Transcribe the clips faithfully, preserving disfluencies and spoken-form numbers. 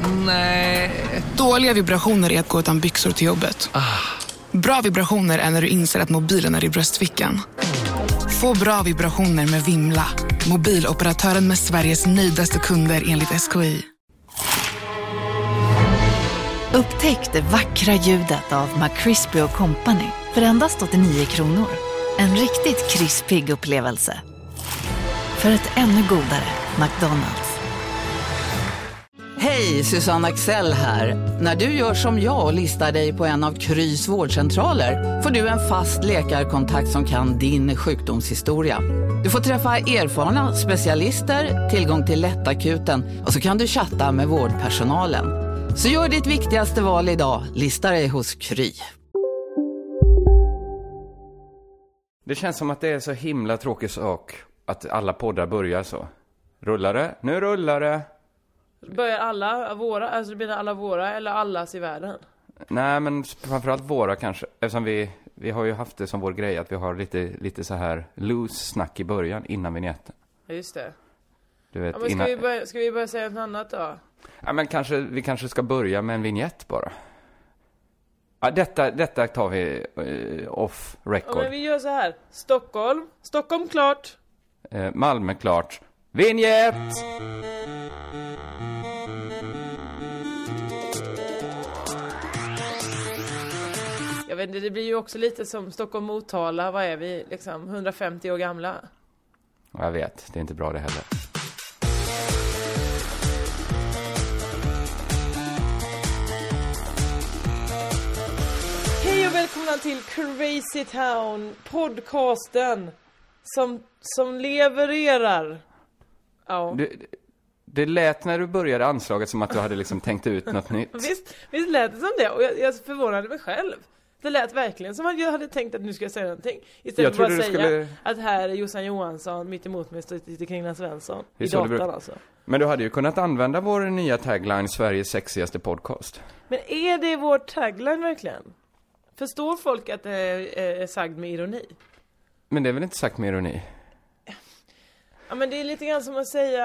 Nej. Dåliga vibrationer är att gå utan byxor till jobbet. Ah. Bra vibrationer är när du inser att mobilen är i bröstfickan. Få bra vibrationer med Vimla. Mobiloperatören med Sveriges nöjdaste kunder enligt S K I. Upptäck det vackra ljudet av McCrispy och Company för endast åttionio kronor. En riktigt krispig upplevelse. För ett ännu godare McDonald's. Hej, Susanne Axel här. När du gör som jag och listar dig på en av Krys vårdcentraler får du en fast läkarkontakt som kan din sjukdomshistoria. Du får träffa erfarna specialister, tillgång till lättakuten och så kan du chatta med vårdpersonalen. Så gör ditt viktigaste val idag, lista dig hos Kry. Det känns som att det är så himla tråkig sak att alla poddar börjar så. Rullar det? Nu rullar det. Börjar alla våra, alltså det blir alla våra eller allas i världen? Nej, men framförallt våra kanske. Eftersom vi, vi har ju haft det som vår grej att vi har lite, lite så här loose snack i början innan vignetten. Ja, just det. Du vet, ja, men ska, innan... vi börja, ska vi börja säga något annat då? Ja, men kanske, vi kanske ska börja med en vignett bara. Ja, detta, detta tar vi uh, off record. Ja, men vi gör så här. Stockholm. Stockholm klart. Uh, Malmö klart. Vignett! Jag vet inte, det blir ju också lite som Stockholm Motala. Vad är vi? Liksom hundrafemtio år gamla. Jag vet, det är inte bra det heller. Hej och välkomna till Crazy Town, podcasten som, som levererar. Ja. Det, det lät när du började anslaget som att du hade liksom tänkt ut något nytt. Visst, visst lät det som det, och jag, jag förvånade mig själv. Det lät verkligen som att jag hade tänkt att nu ska jag säga någonting. Istället för att bara säga skulle... att här är Jossan Johansson, mitt emot mig står Kringland Svensson. I datan bruk... alltså. Men du hade ju kunnat använda vår nya tagline, Sveriges sexigaste podcast. Men är det vår tagline verkligen? Förstår folk att det är, är sagt med ironi? Men det är väl inte sagt med ironi? Ja, men det är lite grann som att säga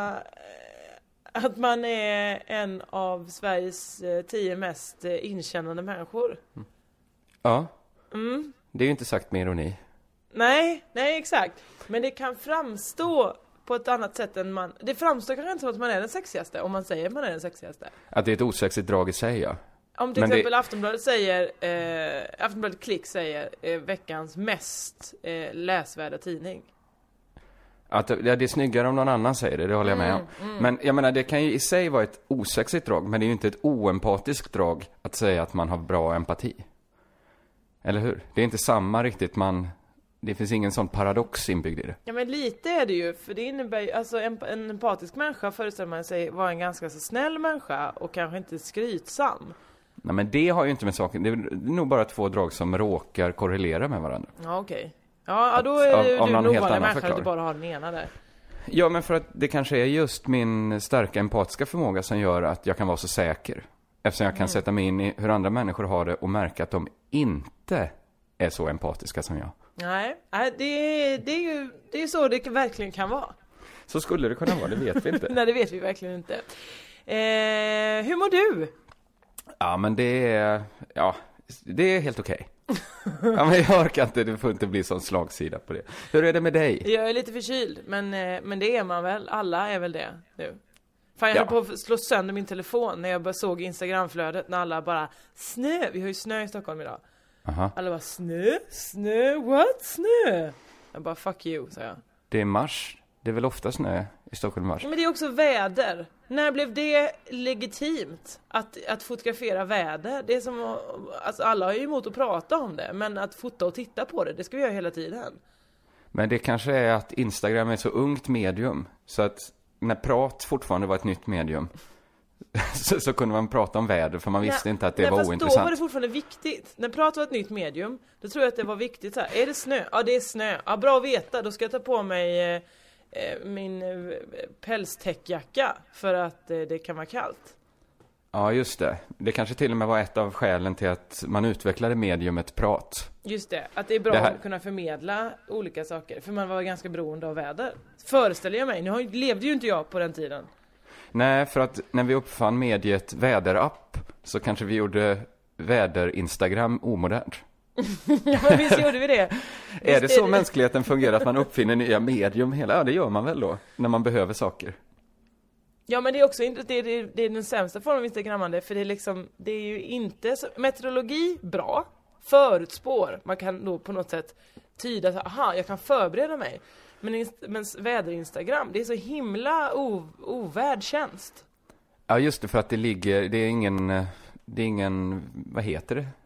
att man är en av Sveriges tio mest inkännande människor. Mm. Ja, mm. Det är ju inte sagt med ironi. Nej, nej exakt. Men det kan framstå på ett annat sätt än man... Det framstår kanske inte som att man är den sexigaste om man säger att man är den sexigaste. Att det är ett osexigt drag i sig, ja. Om till men exempel det... Aftonbladet säger eh, Aftonbladet Klick säger eh, veckans mest eh, läsvärda tidning. Att ja, det är snyggare om någon annan säger det, det håller jag med om. Mm, mm. Men jag menar, det kan ju i sig vara ett osexigt drag, men det är ju inte ett oempatiskt drag att säga att man har bra empati. Eller hur? Det är inte samma riktigt, man... Det finns ingen sån paradox inbyggd i det. Ja, men lite är det ju, för det innebär ju, alltså en, en empatisk människa föreställer man sig vara en ganska så snäll människa och kanske inte skrytsam. Nej, men det har ju inte med saken, det är nog bara två drag som råkar korrelera med varandra. Ja, okej. Okay. Ja, då är att, du av, av nog vanlig människa att du bara har den ena där. Ja, men för att det kanske är just min starka empatiska förmåga som gör att jag kan vara så säker. Eftersom jag kan mm. sätta mig in i hur andra människor har det och märka att de inte är så empatiska som jag. Nej, det, det är ju det är så det verkligen kan vara. Så skulle det kunna vara, det vet vi inte. Nej, det vet vi verkligen inte. Eh, hur mår du? Ja, men det är, ja, det är helt okej. Okay. Ja, men jag orkar inte, det får inte bli sån slagsida på det. Hur är det med dig? Jag är lite förkyld, men, men det är man väl. Alla är väl det nu. Fan, jag ja. höll på att slå sönder min telefon när jag bara såg Instagramflödet när alla bara, snö, vi har ju snö i Stockholm idag. Aha. Alla bara, snö, snö, what, snö? Jag bara, fuck you, sa jag. Det är mars, det är väl ofta snö i Stockholm i mars. Men det är också väder. När blev det legitimt att, att fotografera väder? Det är som, alltså alla har ju emot att prata om det, men att fota och titta på det, det ska vi göra hela tiden. Men det kanske är att Instagram är ett så ungt medium, så att när prat fortfarande var ett nytt medium så, så kunde man prata om väder, för man visste nej, inte att det nej, var ointressant. Då var det fortfarande viktigt. När prat var ett nytt medium, då tror jag att det var viktigt så här, är det snö? Ja, det är snö. Ja, bra att veta. Då ska jag ta på mig eh, min eh, pälstäckjacka för att eh, det kan vara kallt. Ja, just det. Det kanske till och med var ett av skälen till att man utvecklade mediumet prat. Just det, att det är bra det att kunna förmedla olika saker. För man var ganska beroende av väder. Föreställer jag mig, nu levde ju inte jag på den tiden. Nej, för att när vi uppfann mediet väderapp så kanske vi gjorde väder-Instagram omodernt. Ja, men visst gjorde vi det. Visst är det så är det... mänskligheten fungerar, att man uppfinner nya medium hela? Ja, det gör man väl då, när man behöver saker. Ja, men det är också inte, det är, det är den sämsta formen av instagrammande, för det är liksom, det är ju inte så, meteorologi, bra, förutspår, man kan då på något sätt tyda så, aha, jag kan förbereda mig. Men, inst, men väder-Instagram, det är så himla o, ovärd tjänst. Ja, just det, för att det ligger, det är ingen, det är ingen, vad heter det?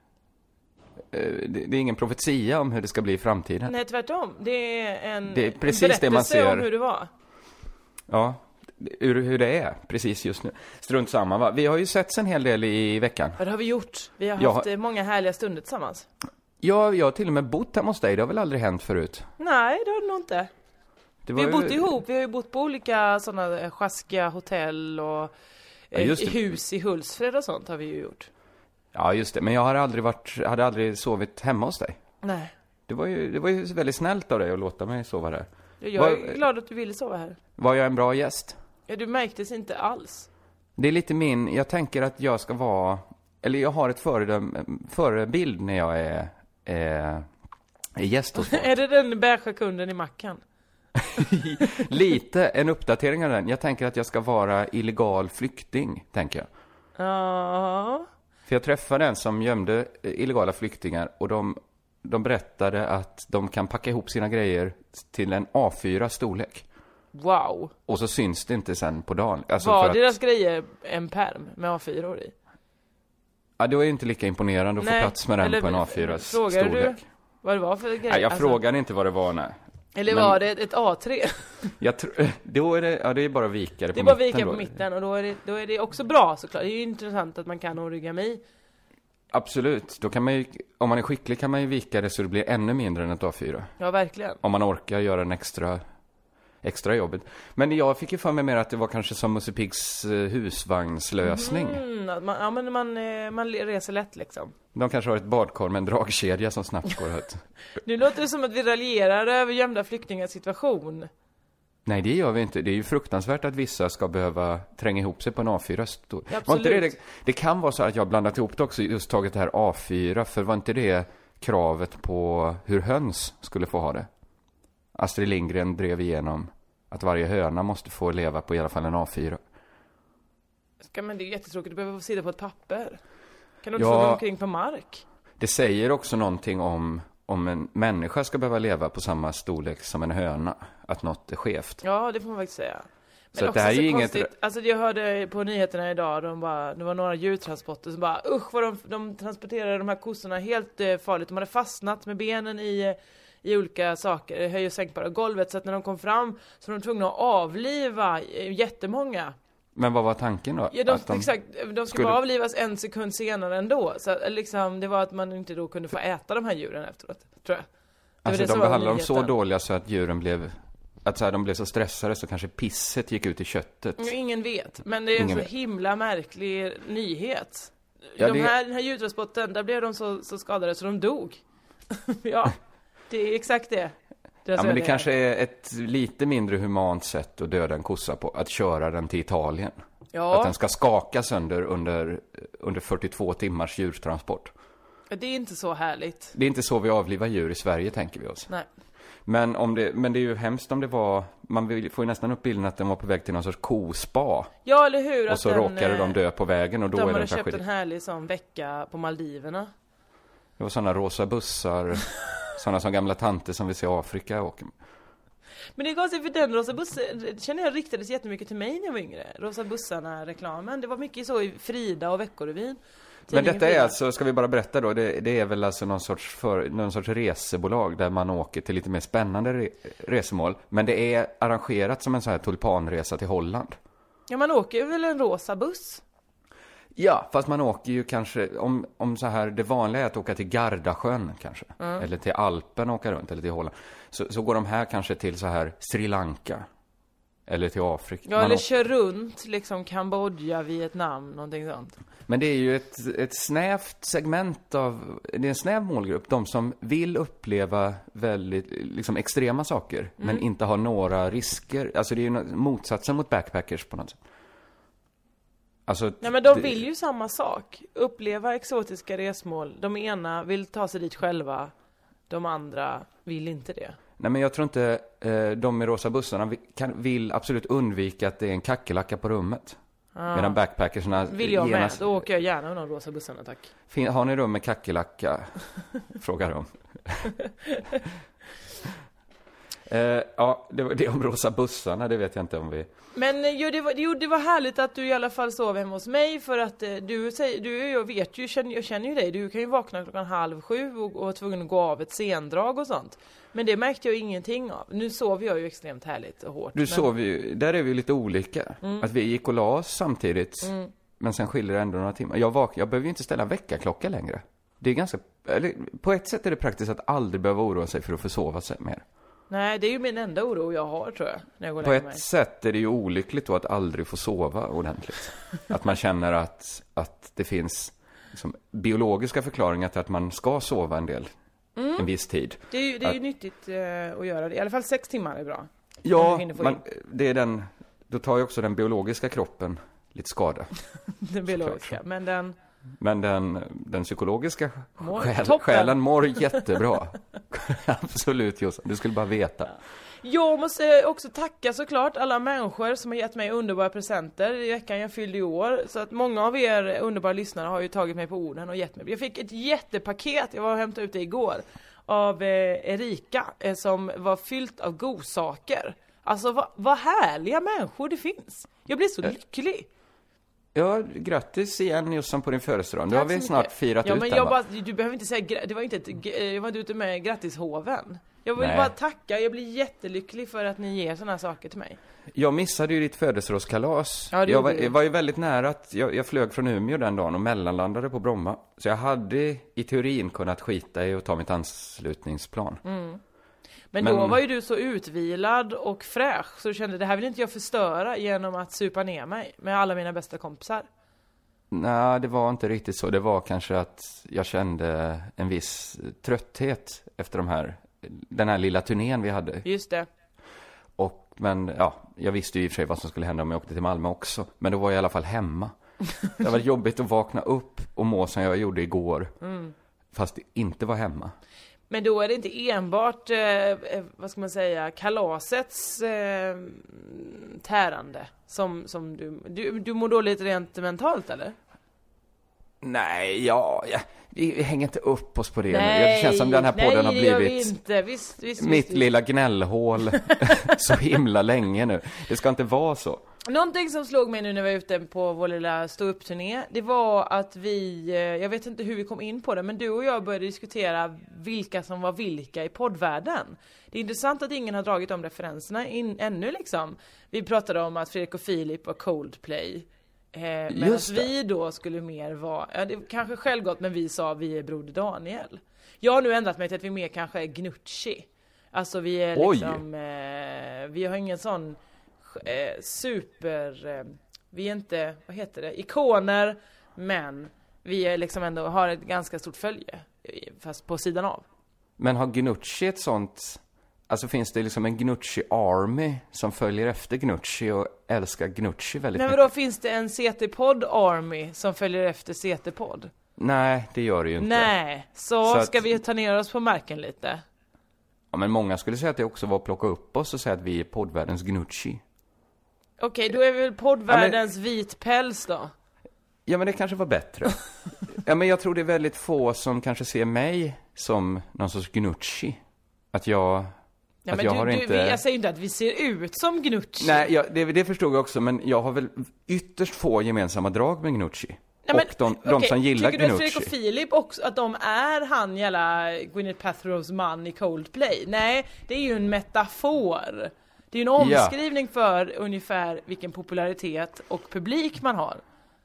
Det, det är ingen profetia om hur det ska bli i framtiden. Nej, tvärtom. Det är en det är precis det man ser om hur det var. Ja, hur, hur det är precis just nu. Strunt samma, va? Vi har ju sett en hel del i veckan. Ja, det har vi gjort. Vi har jag haft har... många härliga stunder tillsammans. Ja, jag har till och med bott hemma hos dig. Det har väl aldrig hänt förut? Nej, det har det nog inte. Vi har ju... bott ihop. Vi har ju bott på olika sådana sjaskiga hotell och ja, eh, hus i Hultsfred och sånt har vi ju gjort. Ja, just det. Men jag har aldrig varit, hade aldrig sovit hemma hos dig. Nej. Det var ju, det var ju väldigt snällt av dig att låta mig sova där. Jag var, är glad att du ville sova här. Var jag en bra gäst? Ja, du märktes inte alls. Det är lite min, jag tänker att jag ska vara, eller jag har ett föredöm, förebild när jag är, är, är gäst hos folk. Är det den beiga kunden i mackan? Lite, en uppdatering av den. Jag tänker att jag ska vara illegal flykting, tänker jag. Ja. För jag träffade en som gömde illegala flyktingar och de, de berättade att de kan packa ihop sina grejer till en A fyra storlek. Wow. Och så syns det inte sen på dagen. Alltså var för att... deras grejer en pärm med A fyra i? Ja, det var ju inte lika imponerande att nej, få plats med den eller, på en A fyra storlek. Frågade du vad det var för grejer? Nej, jag alltså... frågade inte vad det var, nej. Eller men... var det ett A tre? Jag tror, då är det, ja, det är bara vikare på mitten. Det är bara mitten vikare då. på mitten och då är, det, då är det också bra såklart. Det är ju intressant att man kan origami. Absolut, då kan man ju, om man är skicklig kan man ju vika det så det blir ännu mindre än ett A fyra. Ja, verkligen. Om man orkar göra en extra, extra jobbet. Men jag fick ju för mig mer att det var kanske som Musse Piggs husvagnslösning. Mm, man, ja, men man, man reser lätt liksom. De kanske har ett badkar med en dragkedja som snabbt går ut. Nu låter det som att vi raljerar över gömda flyktingars situation. Nej, det gör vi inte. Det är ju fruktansvärt att vissa ska behöva tränga ihop sig på en A fyra. Stor. Ja, var inte det, det, det kan vara så att jag blandat ihop det också, just tagit det här A fyra. För var inte det kravet på hur höns skulle få ha det? Astrid Lindgren drev igenom att varje höna måste få leva på i alla fall en A fyra. Ska, men det är jättetråkigt, du behöver få sitta på ett papper. Kan du inte ja, få gå omkring på mark? Det säger också någonting om om en människa ska behöva leva på samma storlek som en höna, att något är skevt. Ja, det får man faktiskt säga. Men så också det här är så ju konstigt. inget... Alltså jag hörde på nyheterna idag, de bara, det var några djurtransporter som bara, usch vad de, de transporterade de här kossorna helt eh, farligt. De hade fastnat med benen i, i olika saker, höj- och sänkbara golvet, så att när de kom fram så var de tvungna att avliva jättemånga. Men vad var tanken då? Ja, de, att de exakt, de skulle, skulle bara avlivas en sekund senare ändå. Så att, liksom, det var att man inte då kunde få äta de här djuren efteråt, tror jag. Det alltså det de behandlade dem så dåliga så att djuren blev, att så här, de blev så stressade så kanske pisset gick ut i köttet. Ja, ingen vet, men det är ingen en så vet. himla märklig nyhet. Ja, de det... här, den här djurtransporten, där blev de så, så skadade så de dog. Ja, det är exakt det. det ja, men det kanske är ett lite mindre humant sätt att döda en kossa på, att köra den till Italien. Ja. Att den ska skaka sönder under, under fyrtiotvå timmars djurtransport. Det är inte så härligt. Det är inte så vi avlivar djur i Sverige, tänker vi oss. Nej. Men, om det, men det är ju hemskt om det var... Man får ju nästan upp bilden att den var på väg till någon sorts kospa. Ja, eller hur? Och så att råkade den, de dö på vägen och då de är den köpt tragedi. en härlig sån vecka på Maldiverna. Det var sådana rosa bussar. Sådana som gamla tanter som vi ser i Afrika åker. Men det är konstigt, för den rosa bussen känner jag riktades jättemycket till mig när jag var yngre. Rosa bussarna-reklamen. Det var mycket så i Frida och Veckorevyn. Men detta är alltså, ska vi bara berätta då, det, det är väl alltså någon sorts, för, någon sorts resebolag där man åker till lite mer spännande re, resemål. Men det är arrangerat som en sån här tulpanresa till Holland. Ja, man åker väl en rosa buss? Ja, fast man åker ju kanske, om, om så här, det vanliga är att åka till Gardasjön kanske. Mm. Eller till Alpen och åka runt, eller till Holland. Så, så går de här kanske till så här Sri Lanka. Eller till Afrika. Ja, man eller åker... kör runt liksom Kambodja, Vietnam, någonting sånt. Men det är ju ett, ett snävt segment av, det är en snäv målgrupp. De som vill uppleva väldigt liksom extrema saker, mm. men inte har några risker. Alltså det är ju motsatsen mot backpackers på något sätt. Alltså, Nej, men de det... vill ju samma sak. Uppleva exotiska resmål. De ena vill ta sig dit själva. De andra vill inte det. Nej, men jag tror inte eh, de med rosa bussarna kan, vill absolut undvika att det är en kackerlacka på rummet. Ah. Medan backpackersna... Vill jag genast... med? Då åker jag gärna med de rosa bussarna, tack. Fin... Har ni rum med kackerlacka? Frågar de. eh, ja, det var det om rosa bussarna, det vet jag inte om vi... Men jo det, var, jo, det var härligt att du i alla fall sov hemma hos mig. För att eh, du, du jag vet ju, känner, jag känner ju dig. Du kan ju vakna klockan halv sju och, och vara tvungen att gå av ett sendrag och sånt. Men det märkte jag ingenting av. Nu sov jag ju extremt härligt och hårt. Du men... sov ju, där är vi ju lite olika. Mm. Att vi gick och la oss samtidigt. Mm. Men sen skiljer det ändå några timmar. Jag, vak, jag behöver ju inte ställa väckarklocka längre. Det är ganska, eller, på ett sätt är det praktiskt att aldrig behöva oroa sig för att försova sig mer. Nej, det är ju min enda oro jag har, tror jag, när jag går På ett mig. sätt är det ju olyckligt då att aldrig få sova ordentligt. Att man känner att, att det finns liksom biologiska förklaringar till att man ska sova en del, mm. en viss tid. Det är ju, det är ju att, nyttigt uh, att göra det. I alla fall sex timmar är bra. Ja, man, det är den, då tar ju också den biologiska kroppen lite skada. Den biologiska, men den... Men den, den psykologiska mår, själ, själen mår jättebra. Absolut, Jossan. Du skulle bara veta. Ja. Jag måste också tacka såklart alla människor som har gett mig underbara presenter i veckan jag fyllde i år. Så att många av er underbara lyssnare har ju tagit mig på orden och gett mig. Jag fick ett jättepaket, jag var och hämtade ut det igår, av eh, Erika eh, som var fyllt av godsaker. Alltså vad, vad härliga människor det finns. Jag blir så lycklig. Ja, grattis igen Jossan på din födelsedag. Nu har vi snart firat ja, ut men den, jag bara, du behöver inte säga, det var inte ett, jag var inte ute med grattishoven. Jag vill Nej. bara tacka, jag blir jättelycklig för att ni ger såna här saker till mig. Jag missade ju ditt födelsedagskalas. Ja, jag, var, jag var ju väldigt nära att jag, jag flög från Umeå den dagen och mellanlandade på Bromma. Så jag hade i teorin kunnat skita i och ta mitt anslutningsplan. Mm. Men, Men då var ju du så utvilad och fräsch så du kände det här vill inte jag förstöra genom att supa ner mig med alla mina bästa kompisar. Nej, det var inte riktigt så. Det var kanske att jag kände en viss trötthet efter de här, den här lilla turnén vi hade. Just det. Och, men ja, jag visste ju i och för sig vad som skulle hända om jag åkte till Malmö också. Men då var jag i alla fall hemma. Det var jobbigt att vakna upp och må som jag gjorde igår. Mm. Fast det inte var hemma. Men då är det inte enbart, eh, vad ska man säga, kalasets eh, tärande som, som du, du... Du mår dåligt rent mentalt, eller? Nej, ja, ja. Vi hänger inte upp oss på det. Nej, det känns som den här podden nej, har blivit inte. Visst, visst, mitt visst, lilla gnällhål så himla länge nu. Det ska inte vara så. Någonting som slog mig nu när vi var ute på vår lilla stå-upp-turné, det var att vi, jag vet inte hur vi kom in på det, men du och jag började diskutera vilka som var vilka i poddvärlden. Det är intressant att ingen har dragit de referenserna in, ännu liksom. Vi pratade om att Fredrik och Filip var Coldplay. Eh, men att vi då skulle mer vara, ja, det är kanske självgott, men vi sa vi är Broder Daniel. Jag har nu ändrat mig till att vi mer kanske är Gnucci. Alltså vi är liksom, eh, vi har ingen sån eh, super, eh, vi är inte, vad heter det, ikoner, men vi är liksom ändå, har ett ganska stort följe, fast på sidan av. Men har Gnucci ett sånt... Alltså finns det liksom en Gnucci Army som följer efter Gnucci och älskar Gnucci väldigt mycket? Nej, men då finns det en C T-podd Army som följer efter C T-podd. Nej, det gör det ju inte. Nej, så, så ska att... vi ta ner oss på marken lite. Ja, men många skulle säga att det också var att plocka upp oss och säga att vi är poddvärldens Gnucci. Okej, då är vi väl poddvärldens ja, men... vitpäls då? Ja, men det kanske var bättre. Ja, men jag tror det är väldigt få som kanske ser mig som någon sorts Gnucci. Att jag... Ja, men jag, du, har du, inte... vi, jag säger inte att vi ser ut som Gnucci. Nej, jag, det, det förstod jag också. Men jag har väl ytterst få gemensamma drag med Gnucci. Nej, men, och de, de okay, som gillar Gnucci. Tycker du att Fredrik och Filip också, att de är han jävla Gwyneth Paltrows man i Coldplay? Nej, det är ju en metafor. Det är ju en omskrivning ja. för ungefär vilken popularitet och publik man har.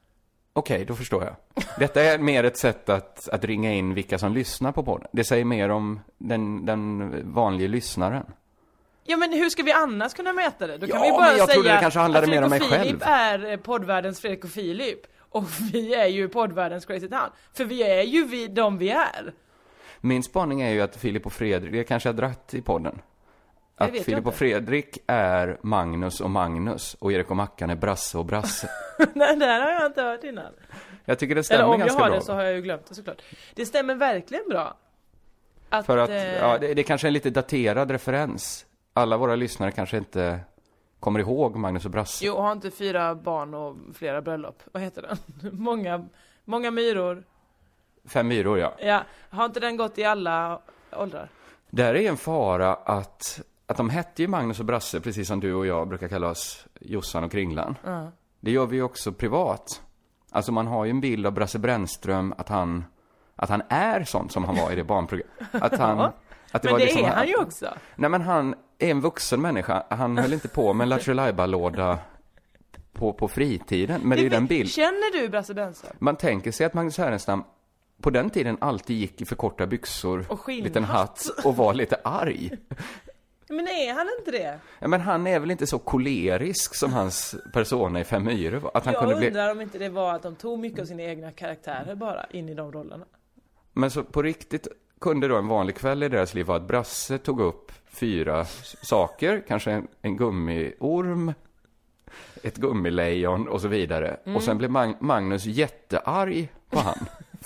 Okej, okay, då förstår jag. Detta är mer ett sätt att, att ringa in vilka som lyssnar på podden. Det säger mer om den, den vanliga lyssnaren. Ja, men hur ska vi annars kunna mäta det? Då kan ja, vi bara men jag säga trodde det kanske handlade mer om mig själv. Filip är poddvärldens Fredrik och Filip. Och vi är ju poddvärldens Crazy Town. För vi är ju vi, de vi är. Min spaning är ju att Filip och Fredrik, det kanske har dratt i podden. Att Filip och Fredrik är Magnus och Magnus och Erik och Mackan är Brasse och Brasse. Nej, det här har jag inte hört innan. Jag tycker det stämmer ganska bra. ganska Eller om jag har bra. det så har jag ju glömt det såklart. Det stämmer verkligen bra. Att, För att, eh... ja, det, det kanske är en lite daterad referens. Alla våra lyssnare kanske inte kommer ihåg Magnus och Brasse. Jo, har inte fyra barn och flera bröllop. Vad heter den? många, många myror. Fem myror, ja. Ja, har inte den gått i alla åldrar? Där är en fara att, att de hette ju Magnus och Brasse, precis som du och jag brukar kalla oss Jossan och Kringlan. Uh. Det gör vi ju också privat. Alltså man har ju en bild av Brasse Brännström att han, att han är sånt som han var i det barnprogrammet. Att han... Ja. Att det men var det liksom, är han ju också. Nej, men han är en vuxen människa. Han höll inte på med en Lattjo Lajban-låda på, på fritiden. Men det, det är ju den bild. Känner du Brasse Brännström? Man tänker sig att Magnus Härenstam på den tiden alltid gick i för korta byxor, och liten hatt och var lite arg. Men är han inte det? Ja, men han är väl inte så kolerisk som hans persona i Fem myror var. Att han Jag kunde undrar bli... om inte det var att de tog mycket av sina egna karaktärer bara in i de rollerna. Men så på riktigt kunde då en vanlig kväll i deras liv vara att Brasse tog upp fyra saker, kanske en, en gummiorm, ett gummilejon och så vidare. Mm. Och sen blev Mag- Magnus jättearg på han.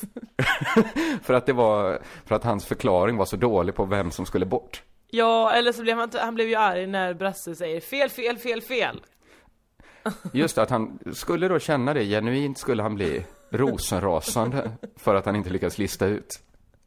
för att det var för att hans förklaring var så dålig på vem som skulle bort. Ja, eller så blev han, han blev ju arg när Brasse säger fel, fel, fel, fel. Just det, att han skulle då känna det genuint, skulle han bli rosenrasande för att han inte lyckas lista ut.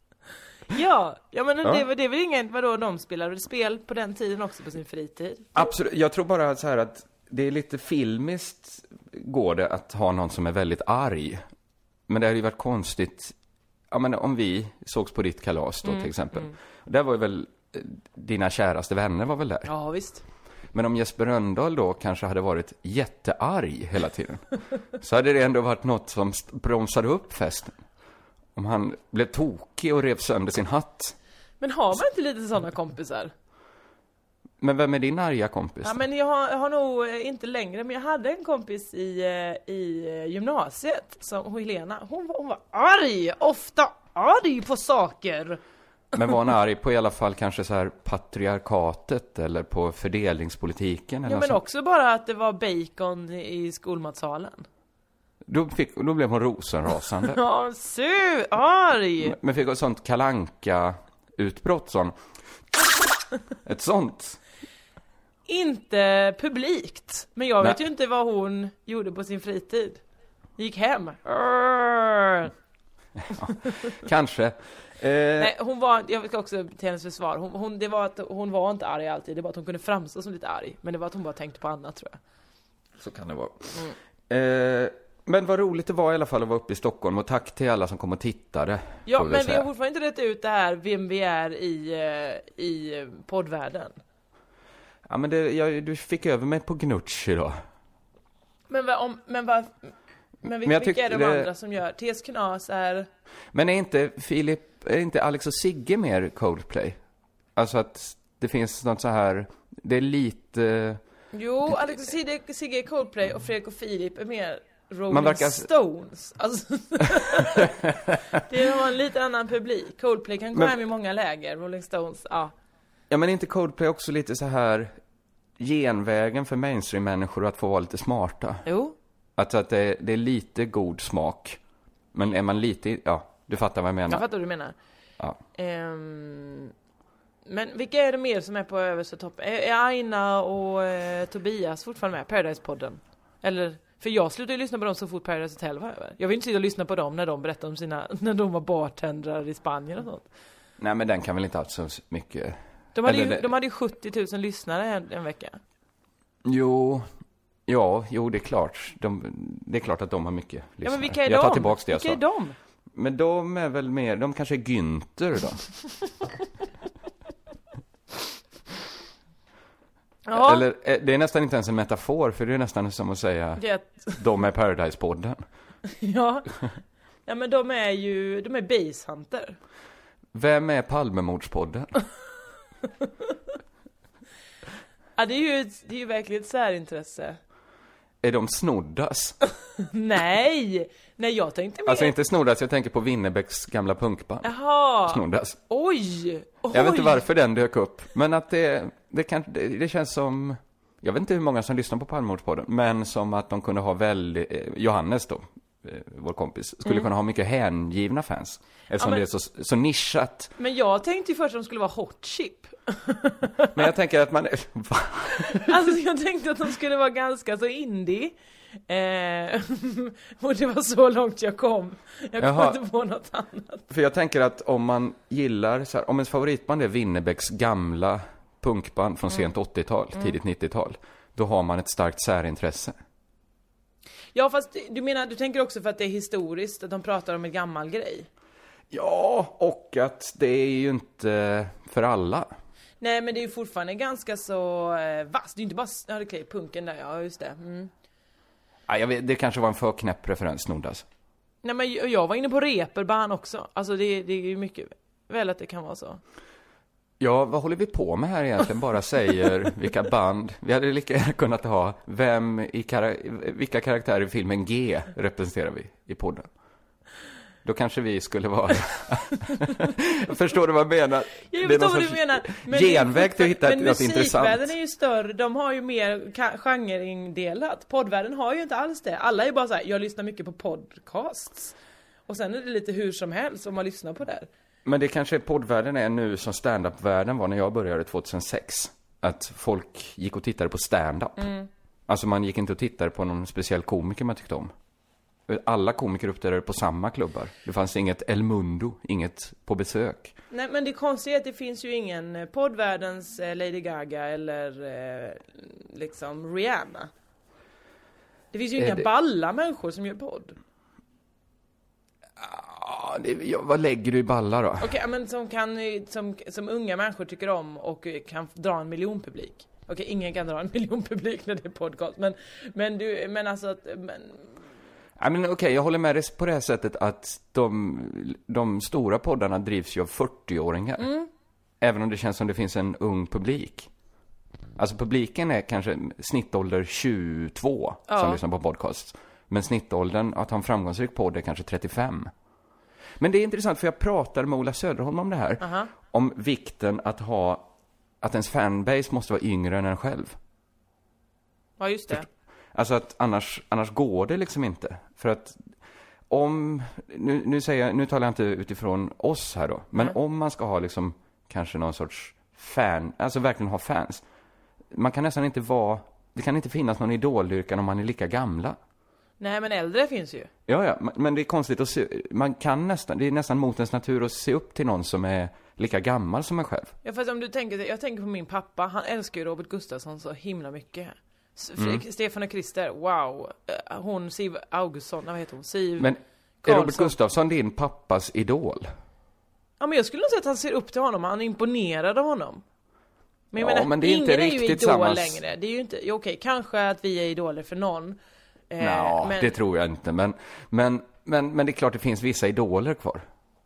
Ja, ja men ja. Det, det är väl inget, vadå, de spelade spel på den tiden också på sin fritid. Absolut, jag tror bara så här att det är lite filmiskt går det att ha någon som är väldigt arg. Men det hade ju varit konstigt, ja men om vi sågs på ditt kalas då mm, till exempel. Mm. Där var ju väl dina käraste vänner var väl där? Ja, visst. Men om Jesper Rönndahl då kanske hade varit jättearg hela tiden, så hade det ändå varit något som bromsade upp festen. Om han blev tokig och rev sönder sin hatt. Men har man inte lite sådana kompisar? Men vem är din arga kompis? Ja, men jag har, jag har nog inte längre, men jag hade en kompis i, i gymnasiet, som Helena. Hon var, hon var arg, ofta arg på saker. Men var han arg på i alla fall kanske så här patriarkatet eller på fördelningspolitiken? Eller ja, men sånt. också bara att det var bacon i skolmatsalen. Då, fick, då blev hon rosenrasande. Ja, sur, arg. Men fick ett sånt kalanka-utbrott, sån. Ett sånt. Inte publikt. Men jag vet Nej. ju inte vad hon gjorde på sin fritid. Gick hem. Ja, kanske. Eh... Nej, hon var, jag ska också till hennes försvar. Hon, hon, det var att hon var inte arg alltid. Det var att hon kunde framstå som lite arg. Men det var att hon bara tänkte på annat, tror jag. Så kan det vara. Mm. Eh... Men vad roligt det var i alla fall att vara uppe i Stockholm. Och tack till alla som kom och tittade. Ja, men vi har fortfarande inte rätt ut det här vem vi är i, i poddvärlden. Ja, men det, jag, du fick över mig på Gnutsch idag. Men vad om, men vad men vilka, men vilka är de det... andra som gör? T S Knas är... Men är inte Filip, är inte Alex och Sigge mer Coldplay? Alltså att det finns något så här, det är lite... Jo, Alex och Sigge, Sigge är Coldplay och Fredrik och Filip är mer Rolling Man verkar... Stones. Alltså, det är en lite annan publik. Coldplay kan gå men... hem i många läger. Rolling Stones, ja. Ja, men är inte Coldplay också lite så här genvägen för mainstream-människor att få vara lite smarta? Jo. Att, att det, det är lite god smak. Men är man lite, ja, du fattar vad jag menar. Jag fattar vad du menar. Ja. Um, men vilka är det mer som är på översta toppen? Är, är Aina och eh, Tobias fortfarande med? Paradise-podden? Eller... För jag slutade lyssna på dem så fort Paradise Hotel var över. Jag vill inte sitta och lyssna på dem när de berättar om sina... När de var bartendrar i Spanien och sånt. Nej, men den kan väl inte ha så mycket... De hade, Eller, ju, de hade ju sjuttio tusen lyssnare en, en vecka. Jo... Ja, jo, det är klart. De, det är klart att de har mycket lyssnare. Ja, men vilka är jag tar de? tillbaks det jag vilka sa. är de? Men de är väl mer... De kanske är Günther då. Ja. Eller, det är nästan inte ens en metafor, för det är nästan som att säga det... de är Paradise-podden. Ja. Ja, men de är ju de är Basehunter. Vem är Palmemordspodden? Ja, det är ju, det är ju verkligen ett särintresse. Är de Snoddas? Nej, nej jag tänkte mer... Alltså inte Snoddas, jag tänker på Winnerbäcks gamla punkband. Jaha. Snoddas. Oj, oj. Jag vet inte varför den dök upp, men att det, det, kan, det, det känns som... Jag vet inte hur många som lyssnar på Palmemordspodden, men som att de kunde ha väldigt... Eh, Johannes då, eh, vår kompis, skulle mm. kunna ha mycket hängivna fans. Eftersom ja, men, det är så, så nischat. Men jag tänkte ju först att de skulle vara hot chip. Men jag tänker att man... Alltså jag tänkte att de skulle vara ganska så indie. Eh, och det var så långt jag kom. Jag kom Jaha. inte på något annat. För jag tänker att om man gillar så här, om ens favoritband är Winnerbäcks gamla punkband från mm. sent åttiotal, mm. tidigt nittiotal, då har man ett starkt särintresse. Ja, fast du menar, du tänker också för att det är historiskt, att de pratar om en gammal grej. Ja, och att det är ju inte för alla. Nej, men det är ju fortfarande ganska så eh, vass. Det är ju inte bara, ja, det är punken där, ja just det. Mm. Ja, jag vet, det kanske var en för knäpp referens, Nordas. Nej, men jag var inne på Reeperbahn också. Alltså det, det är ju mycket väl att det kan vara så. Ja, vad håller vi på med här egentligen? Bara säger vilka band. Vi hade lika gärna kunnat ha vem i kar- vilka karaktärer i filmen G representerar vi i podden. Då kanske vi skulle vara... Förstår du vad jag menar? Jag förstår vad du menar. Men genväg till att hitta men något intressant. Men musikvärlden är ju större. De har ju mer genreindelat. Poddvärlden har ju inte alls det. Alla är ju bara så här, jag lyssnar mycket på podcasts. Och sen är det lite hur som helst om man lyssnar på det. Men det kanske poddvärlden är nu som stand-up-världen var när jag började tjugohundrasex. Att folk gick och tittade på stand-up. Mm. Alltså man gick inte och tittade på någon speciell komiker man tyckte om. Alla komiker uppträdde på samma klubbar. Det fanns inget El Mundo, inget på besök. Nej, men det konstiga är att det finns ju ingen poddvärldens Lady Gaga eller eh, liksom Rihanna. Det finns ju inga det... balla människor som gör podd. Ja, det, ja, vad lägger du i balla då? Okej, okay, men som, kan, som, som unga människor tycker om och kan dra en miljonpublik. Okej, okay, ingen kan dra en miljonpublik när det är podcast. Men, men, du, men alltså... Att, men, I men, okej, okay, jag håller med dig på det här sättet att de, de stora poddarna drivs ju av fyrtio-åringar. Mm. Även om det känns som det finns en ung publik. Alltså publiken är kanske snittålder tjugotvå ja. Som lyssnar på podcast. Men snittåldern att ha en framgångsrik podd är kanske trettiofem. Men det är intressant för jag pratade med Ola Söderholm om det här. Uh-huh. Om vikten att ha, att ens fanbase måste vara yngre än en själv. Ja, just det. För, alltså att annars, annars går det liksom inte. För att om, nu, nu, säger jag, nu talar jag inte utifrån oss här då. Men mm. om man ska ha liksom kanske någon sorts fan, alltså verkligen ha fans. Man kan nästan inte vara, det kan inte finnas någon idoldyrkan om man är lika gamla. Nej, men äldre finns ju. Ja, ja, men det är konstigt att se, man kan nästan, det är nästan mot ens natur att se upp till någon som är lika gammal som en själv. Ja, fast om du tänker, jag tänker på min pappa, han älskar ju Robert Gustafsson så himla mycket. Mm. Stefan och Krister, wow. Hon, Siv Augustsson, vad heter hon? Siv Men är Karlsson. Robert Gustafsson din pappas idol? Ja, men jag skulle nog säga att han ser upp till honom, han är imponerad av honom. Men jag ja, menar, men det är inte ingen riktigt är ju idol samma... längre. Det är ju inte, okej, okay, kanske att vi är idoler för någon. Eh, ja, men... det tror jag inte. Men, men, men, men det är klart det finns vissa idoler kvar.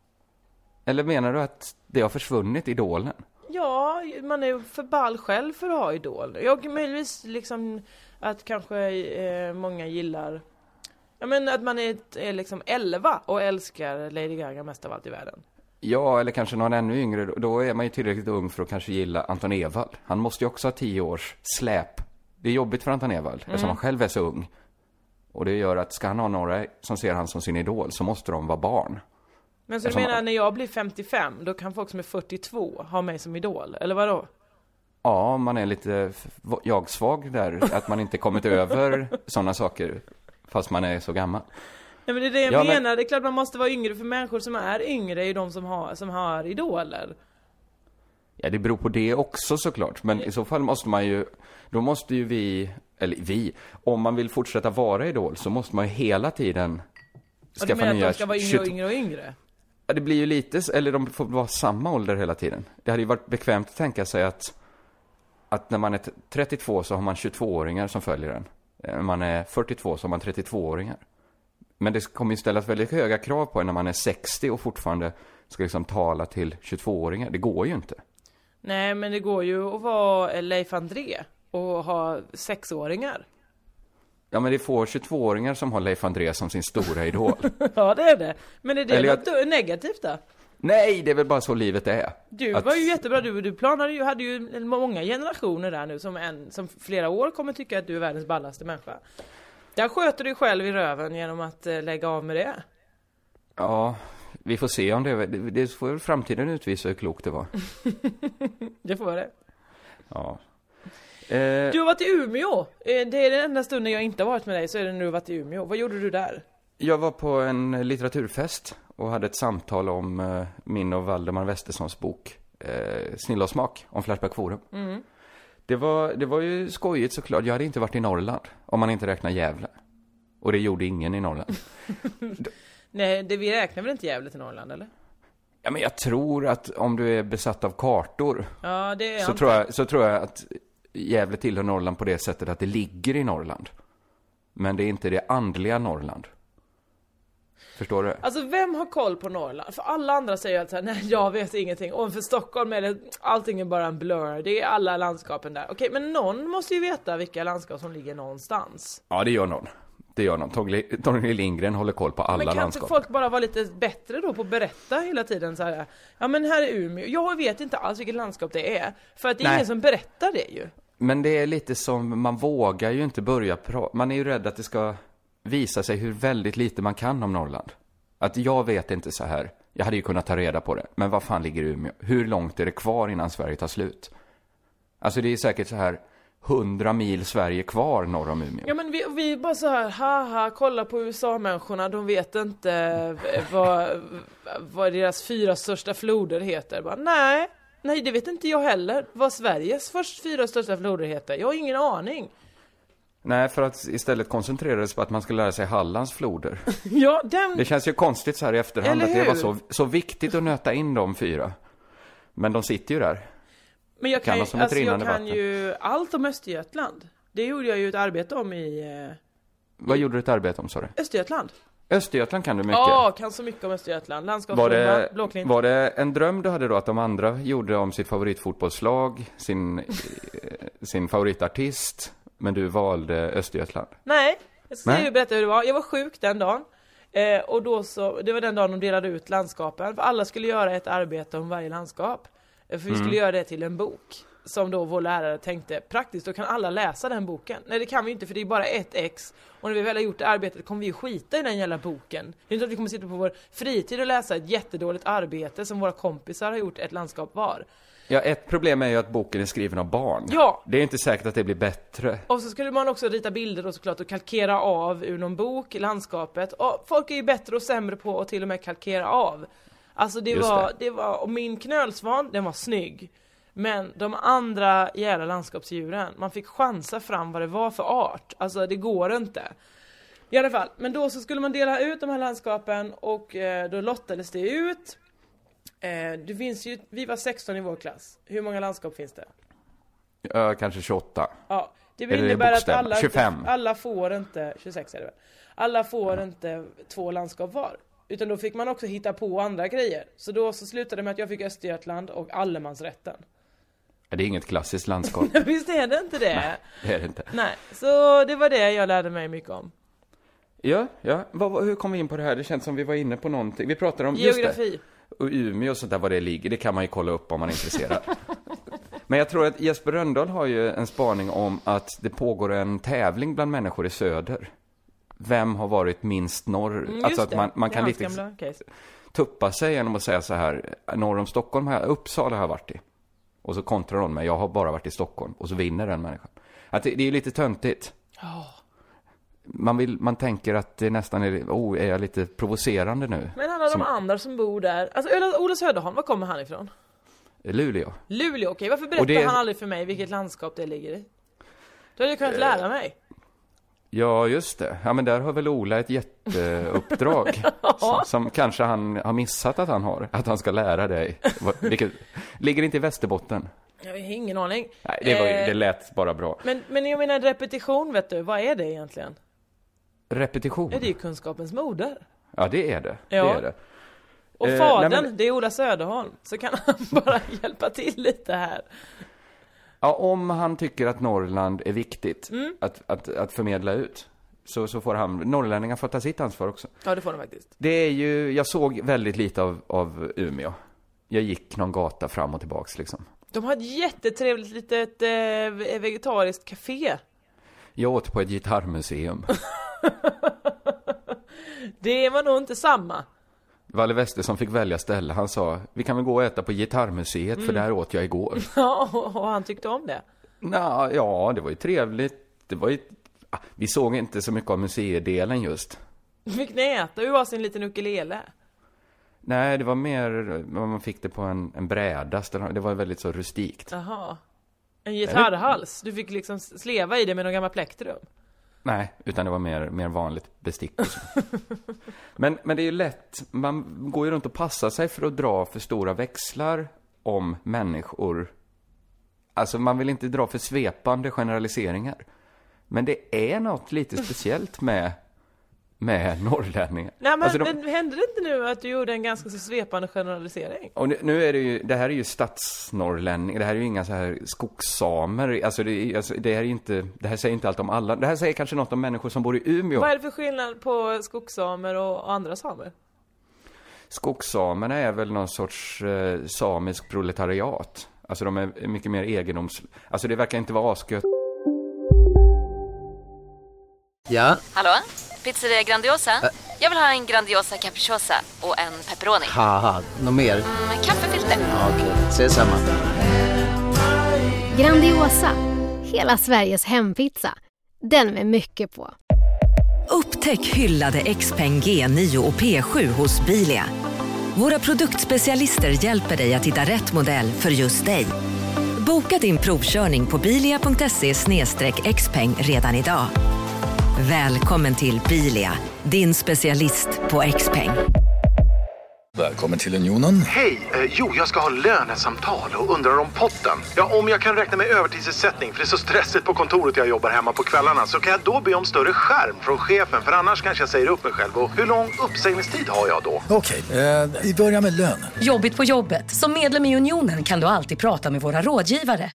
Eller menar du att det har försvunnit, idolen? Ja, man är för ball själv för att ha idol. Jag möjligtvis liksom att kanske eh, många gillar... Ja, men att man är, ett, är liksom elva och älskar Lady Gaga mest av allt i världen. Ja, eller kanske någon ännu yngre. Då är man ju tillräckligt ung för att kanske gilla Anton Ewald. Han måste ju också ha tio års släp. Det är jobbigt för Anton Ewald, mm. eftersom han själv är så ung. Och det gör att ska han ha några som ser han som sin idol så måste de vara barn. Men så du menar, när jag blir femtiofem, då kan folk som är fyrtiotvå ha mig som idol? Eller vad då? Ja, man är lite jag-svag där. Att man inte kommit över sådana saker fast man är så gammal. Nej, men det är det jag ja, menar. Men... Det är klart man måste vara yngre, för människor som är yngre är ju de som har, som har idoler. Ja, det beror på det också såklart. Men i så fall måste man ju, då måste ju vi, eller vi, om man vill fortsätta vara idol så måste man ju hela tiden skaffa nya... Och du menar att de ska vara yngre och yngre och yngre? Ja, det blir ju lite, eller de får vara samma ålder hela tiden. Det hade ju varit bekvämt att tänka sig att, att när man är trettiotvå så har man tjugotvååringar som följer den. När man är fyrtiotvå så har man trettiotvååringar. Men det kommer ju ställas väldigt höga krav på en när man är sextio och fortfarande ska liksom tala till tjugotvååringar. Det går ju inte. Nej, men det går ju att vara Leif André och ha sexåringar. Ja, men det får tjugotvååringar som har Leif André som sin stora idol. Ja, det är det. Men är det Eller något jag... negativt då? Nej, det är väl bara så livet är. Du att... var ju jättebra, du, du planade ju, hade ju många generationer där nu som, en, som flera år kommer tycka att du är världens ballaste människa. Där sköter du själv i röven genom att eh, lägga av med det. Ja, vi får se om det, det, det får framtiden utvisa hur klokt det var. Det får det. Ja. Eh... Du har varit i Umeå. Det är den enda stunden jag inte har varit med dig, så är det när du har varit i Umeå. Vad gjorde du där? Jag var på en litteraturfest och hade ett samtal om eh, min och Valdemar Westersons bok eh, Snilla och smak om Flashback Forum. Mm. Det var, det var ju skojigt såklart. Jag hade inte varit i Norrland om man inte räknar Gävle. Och det gjorde ingen i Norrland. Nej, det, vi räknar väl inte Gävle till Norrland, eller? Ja, men jag tror att om du är besatt av kartor ja, det är så, tror jag, så tror jag att Gävle tillhör Norrland på det sättet att det ligger i Norrland. Men det är inte det andliga Norrland. Förstår du? Alltså vem har koll på Norrland? För alla andra säger att så här, nej jag vet ingenting. Och för Stockholm är det, allting är bara en blur. Det är alla landskapen där. Okej, men någon måste ju veta vilka landskap som ligger någonstans. Ja, det gör någon. Det gör någon. Torgny Lindgren håller koll på alla landskap. Men kan landskap. Inte folk bara vara lite bättre då på att berätta hela tiden så här? Ja, men här är Umeå. Jag vet inte alls vilket landskap det är. För att det är nej. ingen som berättar det ju. Men det är lite som, man vågar ju inte börja prata. Man är ju rädd att det ska visa sig hur väldigt lite man kan om Norrland. Att jag vet inte så här. Jag hade ju kunnat ta reda på det. Men vad fan ligger Umeå? Hur långt är det kvar innan Sverige tar slut? Alltså det är säkert så här hundra mil Sverige kvar norr om Umeå. Ja, men vi, vi bara så här, haha, kolla på U S A-människorna. De vet inte vad, vad deras fyra största floder heter. Bara, nej, nej, det vet inte jag heller. Vad Sveriges först fyra största floder heter. Jag har ingen aning. Nej, för att istället koncentrera sig på att man ska lära sig Hallands floder. Ja, den... Det känns ju konstigt så här i efterhand att det var så, så viktigt att nöta in de fyra. Men de sitter ju där. Men jag kan, kan, ju, alltså jag kan ju allt om Östergötland. Det gjorde jag ju ett arbete om i... Eh, Vad i... gjorde du ett arbete om, sa du? Östergötland. Östergötland kan du mycket. Ja, kan så mycket om Östergötland. Landskapsfråga, Blåklint. Var det en dröm du hade då att de andra gjorde om sitt favoritfotbollslag, sin, sin favoritartist, men du valde Östergötland? Nej, jag ska ju berätta hur det var. Jag var sjuk den dagen. Eh, och då så, det var den dagen de delade ut landskapen. För alla skulle göra ett arbete om varje landskap. För vi skulle mm. göra det till en bok. Som då vår lärare tänkte, praktiskt, då kan alla läsa den boken. Nej, det kan vi inte, för det är bara ett ex. Och när vi väl har gjort det arbetet kommer vi skita i den jävla boken. Det är inte att vi kommer sitta på vår fritid och läsa ett jättedåligt arbete som våra kompisar har gjort ett landskap var. Ja, ett problem är ju att boken är skriven av barn. Ja. Det är inte säkert att det blir bättre. Och så skulle man också rita bilder då såklart och kalkera av ur någon bok, landskapet. Och folk är ju bättre och sämre på att till och med kalkera av. Alltså det var, det. det var, och min knölsvan, den var snygg. Men de andra jävla landskapsdjuren, man fick chansa fram vad det var för art. Alltså det går inte. I alla fall, men då så skulle man dela ut de här landskapen och eh, då lottades det ut. Eh, det finns ju, vi var sexton i vår klass. Hur många landskap finns det? Uh, kanske tjugoåtta. Ja, det innebär att alla, tjugofem. alla får inte, tjugosex är det väl. Alla får ja. inte två landskap var. Utan då fick man också hitta på andra grejer. Så då så slutade det med att jag fick Östergötland och allemansrätten. Det är inget klassiskt landskap. Visst är det inte det? Nej, det är det inte. Nej, så det var det jag lärde mig mycket om. Ja, ja. Vad, hur kom vi in på det här? Det känns som vi var inne på någonting. Vi pratade om geografi. Just det. Och Umeå och sånt där, var det ligger. Det kan man ju kolla upp om man är intresserad. Men jag tror att Jesper Rönndahl har ju en spaning om att det pågår en tävling bland människor i söder. Vem har varit minst norr? Mm, alltså att man, man kan lite tuppa sig genom att säga så här: norr om Stockholm, har jag, Uppsala har jag varit i. Och så kontrar hon med, jag har bara varit i Stockholm. Och så vinner den människan. Att det, det är ju lite töntigt. Oh. Man, vill, man tänker att det nästan är, oh, är jag lite provocerande nu? Men alla som... de andra som bor där. Alltså Ola Söderholm, var kommer han ifrån? Luleå. Luleå, okej. Okay. Varför berättar det... han aldrig för mig vilket landskap det ligger i? Då hade jag kunnat lära mig. Ja, just det. Ja, men där har väl Ola ett jätteuppdrag som, som kanske han har missat att han har. Att han ska lära dig. Vilket ligger inte i Västerbotten. Jag har ingen aning. Nej, det, var ju, det lät bara bra. Men, men jag menar repetition, vet du. Vad är det egentligen? Repetition? Ja, det är ju kunskapens moder. Ja, det är det. Ja. Det är det. Och eh, fadern, nej, men... det är Ola Söderholm. Så kan han bara hjälpa till lite här. Ja, om han tycker att Norrland är viktigt mm. att, att, att förmedla ut, Så, så får han, norrlänningar får ta sitt ansvar också. Ja, det får de faktiskt. Det är ju, jag såg väldigt lite av, av Umeå. Jag gick någon gata fram och tillbaks liksom. De har ett jättetrevligt litet eh, vegetariskt café. Jag åt på ett gitarrmuseum. Det var nog inte samma. Valle Wester som fick välja ställe, han sa, vi kan väl gå och äta på gitarrmuseet, mm. för där åt jag igår. Ja, och han tyckte om det. Nå, ja, det var ju trevligt. Det var ju, vi såg inte så mycket av museidelen just. Fick ni äta ur sin liten ukulele? Nej, det var mer, man fick det på en, en bräda. Det var väldigt så rustikt. Jaha. En gitarrhals? Du fick liksom sleva i det med någon gamla plektrum? Nej, utan det var mer, mer vanligt bestick. men, men det är ju lätt, man går ju runt och passar sig för att dra för stora växlar om människor. Alltså man vill inte dra för svepande generaliseringar. Men det är något lite speciellt med, med norrlänningar. Nej, men, alltså de... men hände det inte nu att du gjorde en ganska så svepande generalisering? Och nu, nu är det ju, det här är ju stadsnorrlänningar. Det här är ju inga så här skogssamer. Alltså det, alltså det här är ju inte, det här säger inte allt om alla. Det här säger kanske något om människor som bor i Umeå. Vad är det för skillnad på skogssamer och andra samer? Skogssamerna är väl någon sorts eh, samisk proletariat. Alltså de är mycket mer egendoms... Alltså det verkar inte vara asgött. Ja? Hallå? Pizzeria Grandiosa? Ä Jag vill ha en Grandiosa capriciosa och en pepperoni. Haha, något mer? Mm, kaffefilter. Ja, okej, okay. Ses samma. Grandiosa, hela Sveriges hempizza. Den med mycket på. Upptäck hyllade Xpeng G nio och P sju hos Bilia. Våra produktspecialister hjälper dig att hitta rätt modell för just dig. Boka din provkörning på bilia punkt se slash xpeng redan idag. Välkommen till Bilia, din specialist på Xpeng. Välkommen till Unionen. Hej, eh, jo jag ska ha lönesamtal och undrar om potten. Ja, om jag kan räkna med övertidsersättning för det är så stressigt på kontoret jag jobbar hemma på kvällarna, så kan jag då be om större skärm från chefen, för annars kanske jag säger upp mig själv. Och hur lång uppsägningstid har jag då? Okej, eh, vi börjar med lön. Jobbigt på jobbet. Som medlem i Unionen kan du alltid prata med våra rådgivare.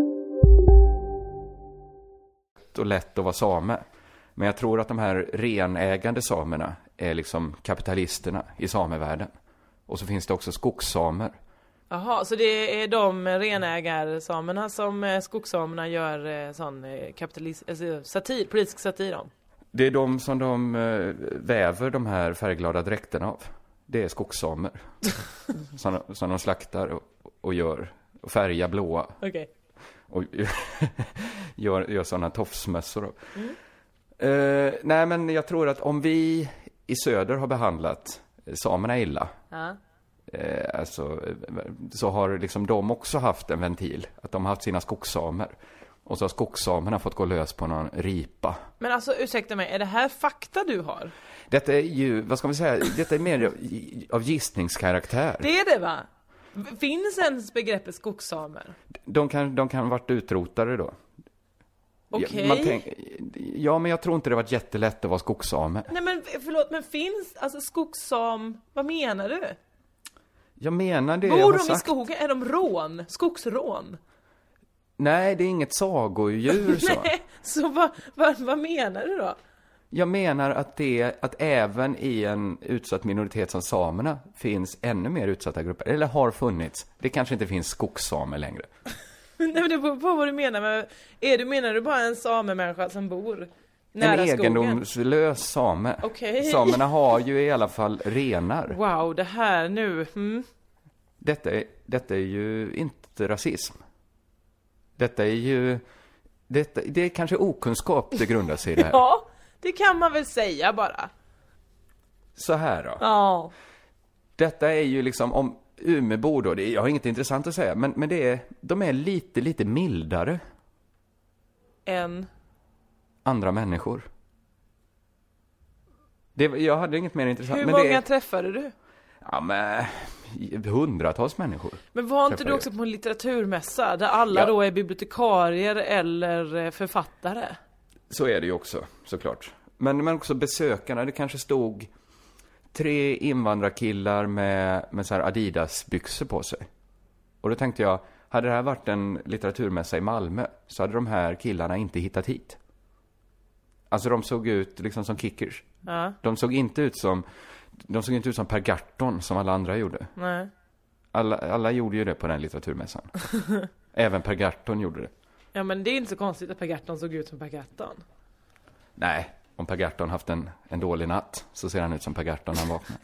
Och lätt att vara same. Men jag tror att de här renägande samerna är liksom kapitalisterna i samevärlden. Och så finns det också skogssamer. Jaha, så det är de renägarsamerna som skogssamerna gör sån kapitalist, alltså satir, politisk satir om? Det är de som de väver de här färgglada dräkterna av. Det är skogssamer. som, som de slaktar och, och gör. Och färgar blåa. Okej. Okay. Och gör, gör sådana tofsmössor. Mm. Uh, nej, men jag tror att om vi i söder har behandlat samerna illa, uh. uh, alltså, så har liksom de också haft en ventil. Att de har haft sina skogssamer. Och så har skogssamerna fått gå lös på någon ripa. Men alltså, ursäkta mig, är det här fakta du har? Detta är ju, vad ska man säga, detta är mer av gissningskaraktär. Det är det, va? Finns ens begreppet skogssamer? De kan, de kan ha varit utrotade då. Okej. Okay. Ja, men jag tror inte det varit jättelätt att vara skogssame. Nej, men förlåt, men finns alltså skogssam, vad menar du? Jag menar det. Bor de i skogen? Är de rån? Skogsrån? Nej, det är inget sagodjur så. Nej, så vad, vad, vad menar du då? Jag menar att det, att även i en utsatt minoritet som samerna finns ännu mer utsatta grupper. Eller har funnits. Det kanske inte finns skogssamer längre. Nej, men det beror på vad du menar med, är du, menar du bara en samemänniska som bor nära skogen? En egendomslös same. Okay. Samerna har ju i alla fall renar. Wow, det här nu. Mm. Detta, är, detta är ju inte rasism. Detta är ju... Detta, det är kanske okunskap det grundar sig i det här. Ja, det kan man väl säga bara. Så här då. Ja. Detta är ju liksom... om Umebor då, det, jag har inget intressant att säga, men, men det är, de är lite, lite mildare än andra människor. Det, jag hade inget mer intressant. Hur men många det är, träffade du? Ja, men hundratals människor. Men var inte du också på en litteraturmässa där alla ja. då är bibliotekarier eller författare? Så är det ju också, såklart. Men, men också besökarna, det kanske stod tre invandrarkillar med, med så här Adidas-byxor på sig. Och då tänkte jag, hade det här varit en litteraturmässa i Malmö så hade de här killarna inte hittat hit. Alltså de såg ut liksom som kickers. Ja. De såg inte ut som de såg inte ut som Per Gahrton som alla andra gjorde. Nej. Alla, alla gjorde ju det på den litteraturmässan. Även Per Gahrton gjorde det. Ja, men det är inte så konstigt att Per Gahrton såg ut som Per Gahrton. Nej, om Per Gahrton haft en, en dålig natt så ser han ut som Per Gahrton när han vaknar.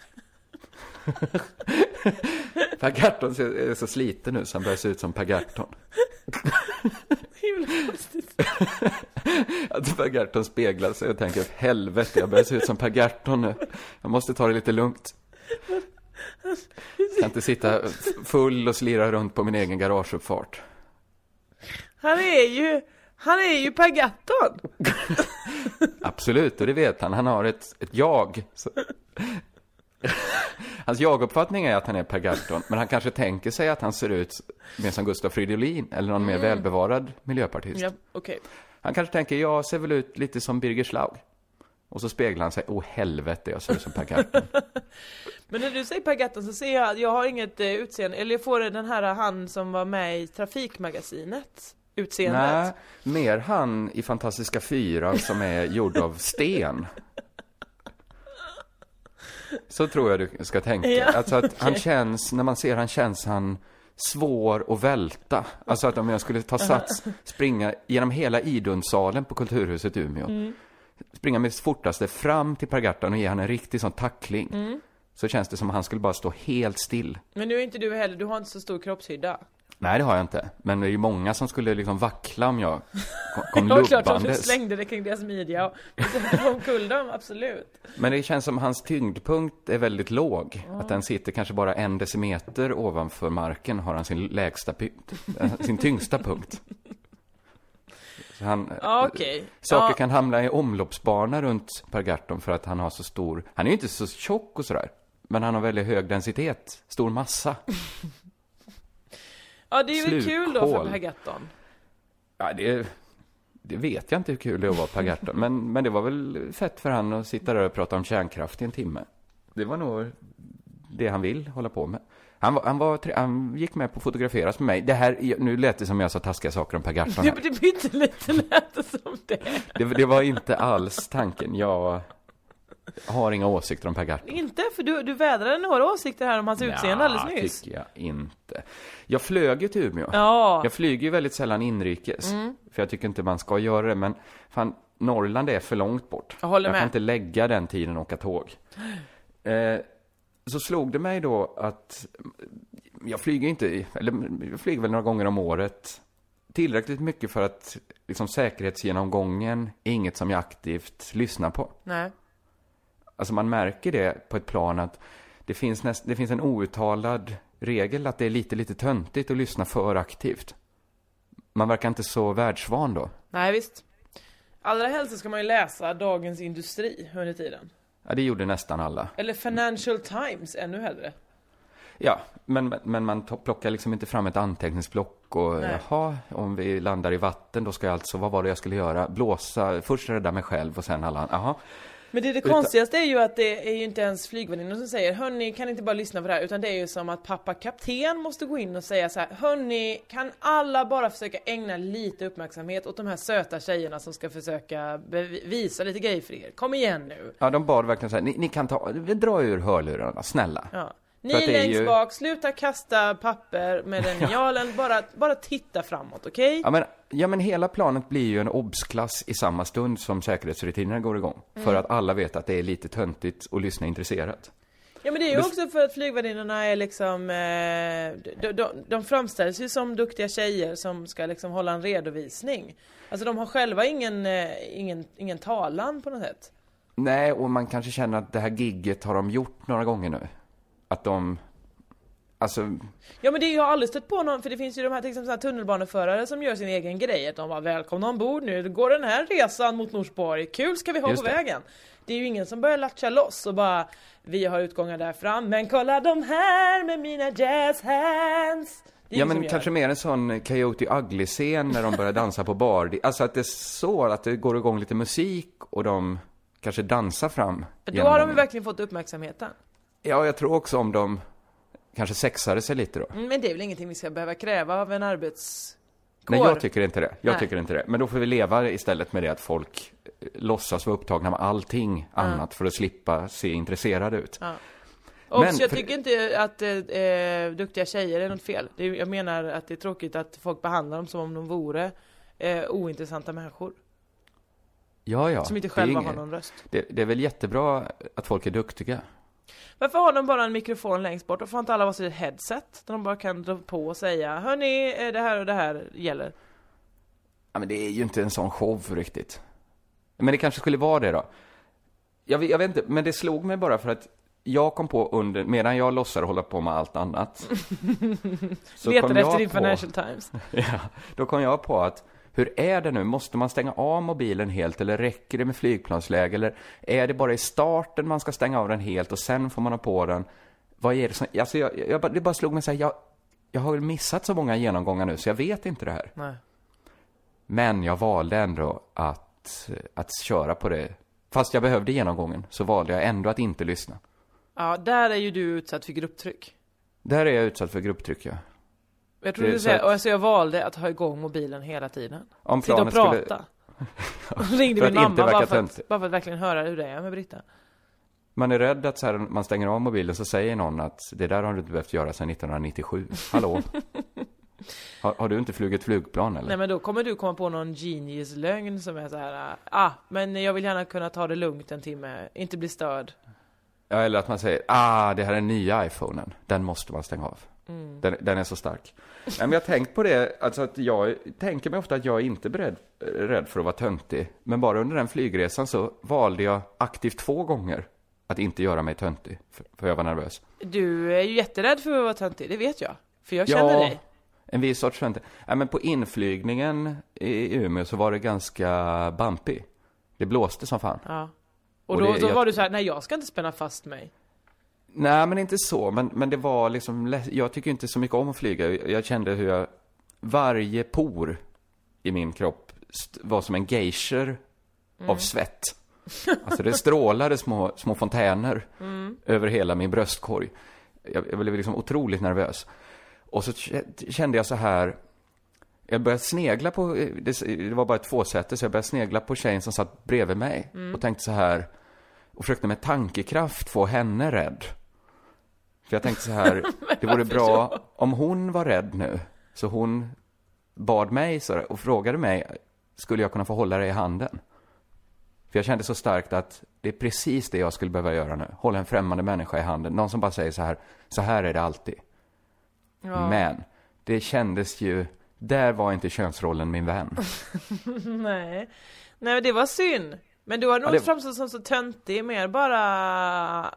Per Gahrton är så sliten nu så han börjar se ut som Per Gahrton. Himla konstigt. Att Per Gahrton speglar sig och tänker, helvete, jag börjar se ut som Per Gahrton nu. Jag måste ta det lite lugnt. Jag kan inte sitta full och slira runt på min egen garageuppfart. Han är ju Han är ju Per Gahrton. Absolut, och det vet han. Han har ett, ett jag. Så. Hans jaguppfattning är att han är Per Gahrton, men han kanske tänker sig att han ser ut mer som Gustaf Fridolin eller någon mer mm. välbevarad miljöpartist. Ja, okay. Han kanske tänker, jag ser väl ut lite som Birger Schlaug. Och så speglar han sig, åh helvete, jag ser ut som Per Gahrton. Men när du säger Per Gahrton så ser jag, jag har inget uh, utseende, eller jag får den här han som var med i Trafikmagasinet. Utseendet. Nej, mer han i Fantastiska fyra som är gjord av sten. Så tror jag du ska tänka. Ja, alltså att okay. han känns, när man ser han känns han svår att välta. Alltså att om jag skulle ta sats, springa genom hela Idundsalen på Kulturhuset Umeå. Mm. Springa med fortaste fram till Per Gahrton och ge han en riktig sån tackling. Mm. Så känns det som att han skulle bara stå helt still. Men nu är inte du heller, du har inte så stor kroppshydda. Nej, det har jag inte. Men det är ju många som skulle liksom vackla om jag kom, kom ja, lubbandes. klart att du slängde det kring deras midja och kom kull dem, absolut. Men det känns som hans tyngdpunkt är väldigt låg. Mm. Att den sitter kanske bara en decimeter ovanför marken har han sin lägsta punkt, sin tyngsta punkt. Så han, ah, okay. Saker ah. kan hamna i omloppsbana runt Per Gahrton för att han har så stor... Han är ju inte så tjock och sådär. Men han har väldigt hög densitet, stor massa. Ja, det är ju kul då för Per Gahrton. Ja, det, det vet jag inte hur kul det är att vara Per Gahrton. men, men det var väl fett för han att sitta där och prata om kärnkraft i en timme. Det var nog det han vill hålla på med. Han, var, han, var, han gick med på att fotograferas med mig. Det här, nu lät det som jag sa taskiga saker om Per Gahrton. Det, det bytte lite lät det som det. det. Det var inte alls tanken. Jag har inga åsikter om Per Gahrton. Inte, för du, du vädrade några åsikter här om hans utseende alldeles nyss. tycker jag inte. Jag flög ju till Umeå. Ja. Jag flyger ju väldigt sällan inrikes. Mm. För jag tycker inte man ska göra det. Men fan, Norrland är för långt bort. Jag håller med. Jag kan inte lägga den tiden och åka tåg. Eh, så slog det mig då att jag flyger inte, eller jag flyger väl några gånger om året. Tillräckligt mycket för att liksom, säkerhetsgenomgången är inget som jag aktivt lyssnar på. Nej. Alltså man märker det på ett plan att det finns, näst, det finns en outtalad regel att det är lite, lite töntigt att lyssna för aktivt. Man verkar inte så världsvan då. Nej, visst. Allra helst så ska man ju läsa Dagens Industri under tiden. Ja, det gjorde nästan alla. Eller Financial Times, ännu hellre. Ja, men, men man plockar liksom inte fram ett anteckningsblock och Nej. jaha, om vi landar i vatten då ska jag alltså, vad var det jag skulle göra? Blåsa, först rädda mig själv och sen alla, jaha. Men det, det konstigaste är ju att det är ju inte ens flygvärdinnor som säger hörni, kan inte bara lyssna på det här, utan det är ju som att pappa kapten måste gå in och säga så här: hörni, kan alla bara försöka ägna lite uppmärksamhet åt de här söta tjejerna som ska försöka visa lite grejer för er. Kom igen nu. Ja, de bad verkligen så här, ni, ni kan ta, dra ur hörlurarna, snälla. Ja. Ni längst ju... bak, sluta kasta papper med den linjalen, bara, bara titta framåt, okej? Okay? Ja, men, ja, men hela planet blir ju en obsklass i samma stund som säkerhetsrutinerna går igång. Mm. För att alla vet att det är lite töntigt och lyssna intresserat. Ja, men det är ju också för att flygvärdinnorna är liksom, eh, de, de, de framställs ju som duktiga tjejer som ska liksom hålla en redovisning. Alltså de har själva ingen, eh, ingen, ingen talan på något sätt. Nej, och man kanske känner att det här gigget har de gjort några gånger nu. Att de, alltså... Ja, men det är ju aldrig stött på någon, för det finns ju de här, till exempel, så här tunnelbaneförare som gör sin egen grej. Att de var välkomna ombord nu, går den här resan mot Norsborg. Kul ska vi ha Just på det. vägen. Det är ju ingen som börjar latcha loss och bara, vi har utgångar där fram. Men kolla de här med mina jazz hands. Ja, men kanske mer en sån Coyote Ugly-scen när de börjar dansa på bar. Alltså att det är så att det går igång lite musik och de kanske dansar fram. Då har de ju verkligen fått uppmärksamheten. Ja, jag tror också om de kanske sexade sig lite då. Men det är väl ingenting vi ska behöva kräva av en arbets Nej, jag tycker inte det. Jag Nej. tycker inte det. Men då får vi leva istället med det att folk låtsas vara upptagna med allting Ja. annat för att slippa se intresserade ut. Ja. Och Men jag för- tycker inte att eh, duktiga tjejer är något fel. Det är, jag menar att det är tråkigt att folk behandlar dem som om de vore eh, ointressanta människor. Ja, ja. Som inte Det är själva inget- har någon röst. Det, det är väl jättebra att folk är duktiga. Varför har de bara en mikrofon längst bort? Och får inte alla vara sig ett headset? Där de bara kan dra på och säga: hörni, eh, det här och det här gäller. Ja, men det är ju inte en sån show riktigt. Men det kanske skulle vara det då. Jag, vet- jag vet inte, men det slog mig bara för att jag kom på under, medan jag låtsade hålla på med allt annat. så Letar kom efter jag din på- Financial Times. Ja, då kom jag på att hur är det nu? Måste man stänga av mobilen helt eller räcker det med flygplansläge? Eller är det bara i starten man ska stänga av den helt och sen får man ha på den? Vad är det som... Alltså jag, jag, bara- det bara slog mig så här, jag, jag har missat så många genomgångar nu så jag vet inte det här. Nej. Men jag valde ändå att, att köra på det. Fast jag behövde genomgången så valde jag ändå att inte lyssna. Ja, där är ju du utsatt för grupptryck. Där är jag utsatt för grupptryck, ja. Jag tror Det är du så säger, att- och alltså jag valde att ha igång mobilen hela tiden. Om Sitta och planet skulle- prata. Och ringde För min att mamma inte verka bara för, att, töntig. bara för att verkligen höra hur det är med Britta. Man är rädd att så här, man stänger av mobilen så säger någon att det där har du inte behövt göra sedan nittonhundranittiosju. Hallå? har, har du inte flugit flygplan eller? Nej, men då kommer du komma på någon genius lögn som är så här: ah, men jag vill gärna kunna ta det lugnt en timme, inte bli störd. Ja, eller att man säger, ah, det här är den nya iPhonen. Den måste man stänga av. Mm. Den, den är så stark. Nej, men jag har tänkt på det, alltså att jag tänker mig ofta att jag är inte beredd, rädd för att vara töntig. Men bara under den flygresan så valde jag aktivt två gånger att inte göra mig töntig. För, för jag var nervös. Du är ju jätterädd för att vara töntig, det vet jag. För jag känner dig. En viss sorts töntig. Nej, men på inflygningen i Umeå så var det ganska bumpy. Det blåste som fan. Ja. Och, Och då, det- då jag- var du så här: nej, jag ska inte spänna fast mig. Nej, men inte så. Men, men det var liksom... lä- Jag tycker inte så mycket om att flyga. Jag kände hur jag... Varje por i min kropp st- var som en geisher Mm. av svett. Alltså det strålade små, små fontäner Mm. över hela min bröstkorg. Jag, jag blev liksom otroligt nervös. Och så k- kände jag så här... Jag började snegla på... Det, det var bara ett tvåsäte, så jag började snegla på tjejen som satt bredvid mig. Mm. Och tänkte så här... Och försökte med tankekraft få henne rädd. För jag tänkte så här, det vore varför bra så? om hon var rädd nu. Så hon bad mig så här, och frågade mig, skulle jag kunna få hålla dig i handen? För jag kände så starkt att det är precis det jag skulle behöva göra nu. Hålla en främmande människa i handen. Någon som bara säger så här, så här är det alltid. Ja. Men det kändes ju, där var inte könsrollen min vän. Nej. Nej, men det var synd. Men du har nog Ja, det- framstått som så töntig, mer bara...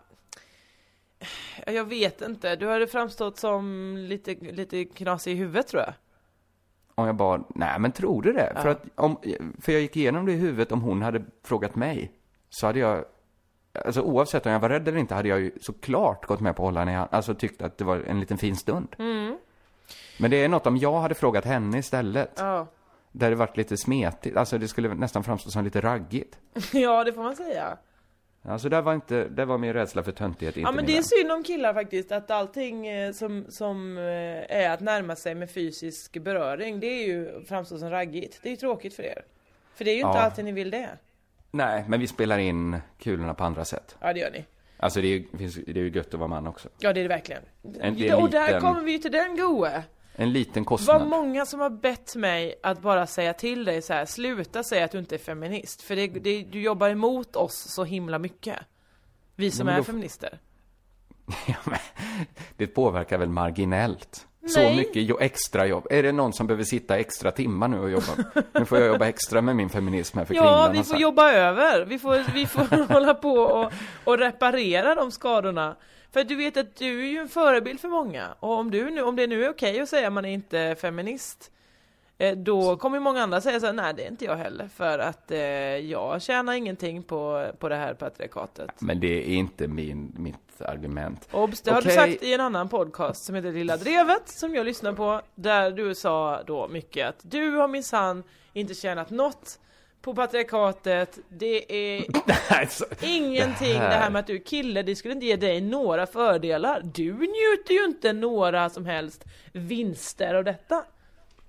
Ja, jag vet inte. Du hade framstått som lite, lite knasig i huvudet, tror jag. Om jag bara, nej men tror du det? Ja. För, att, om, för jag gick igenom det i huvudet, om hon hade frågat mig så hade jag, alltså oavsett om jag var rädd eller inte, hade jag ju såklart gått med på att hålla henne i hand. Alltså tyckt att det var en liten fin stund. Mm. Men det är något om jag hade frågat henne istället. Ja. Där det varit lite smetigt, alltså det skulle nästan framstå som lite raggigt. Ja, det får man säga. Alltså där var inte, där var min rädsla för töntighet inte Ja, men min det är vän. synd om killar faktiskt, att allting eh, som, som eh, är att närma sig med fysisk beröring, det är ju framstår som raggigt. Det är ju tråkigt för er. För det är ju inte Ja. alltid ni vill det. Nej, men vi spelar in kulorna på andra sätt. Ja, det gör ni. Alltså det är, ju- finns- det är ju gött att vara man också. Ja, det är det verkligen. En- det är Och där liten- kommer vi ju till den goe. En liten Vad kostnad. många som har bett mig att bara säga till dig så här: sluta säga att du inte är feminist. För det, det, du jobbar emot oss så himla mycket. Vi som Nej, men är då- feminister. Ja, men det påverkar väl marginellt. Så Nej. mycket jo, extra jobb. Är det någon som behöver sitta extra timmar nu och jobba? Nu får jag jobba extra med min feminism här för Ja, Kringlan vi har får sagt. jobba över. Vi får, vi får hålla på och, och reparera de skadorna. För du vet att du är ju en förebild för många. Och om, du nu, om det nu är okej att säga att man är inte feminist, eh, då kommer ju många andra säga så här: nej, det är inte jag heller. För att eh, jag tjänar ingenting på, på det här patriarkatet. Men det är inte min, mitt argument. Obs, det har du Okej. sagt i en annan podcast som heter Lilla Drevet, som jag lyssnar på, där du sa då mycket att du har minsann inte tjänat något på patriarkatet. Det är Alltså, ingenting det det här. här med att du är kille, det skulle inte ge dig några fördelar. Du njuter ju inte några som helst vinster av detta.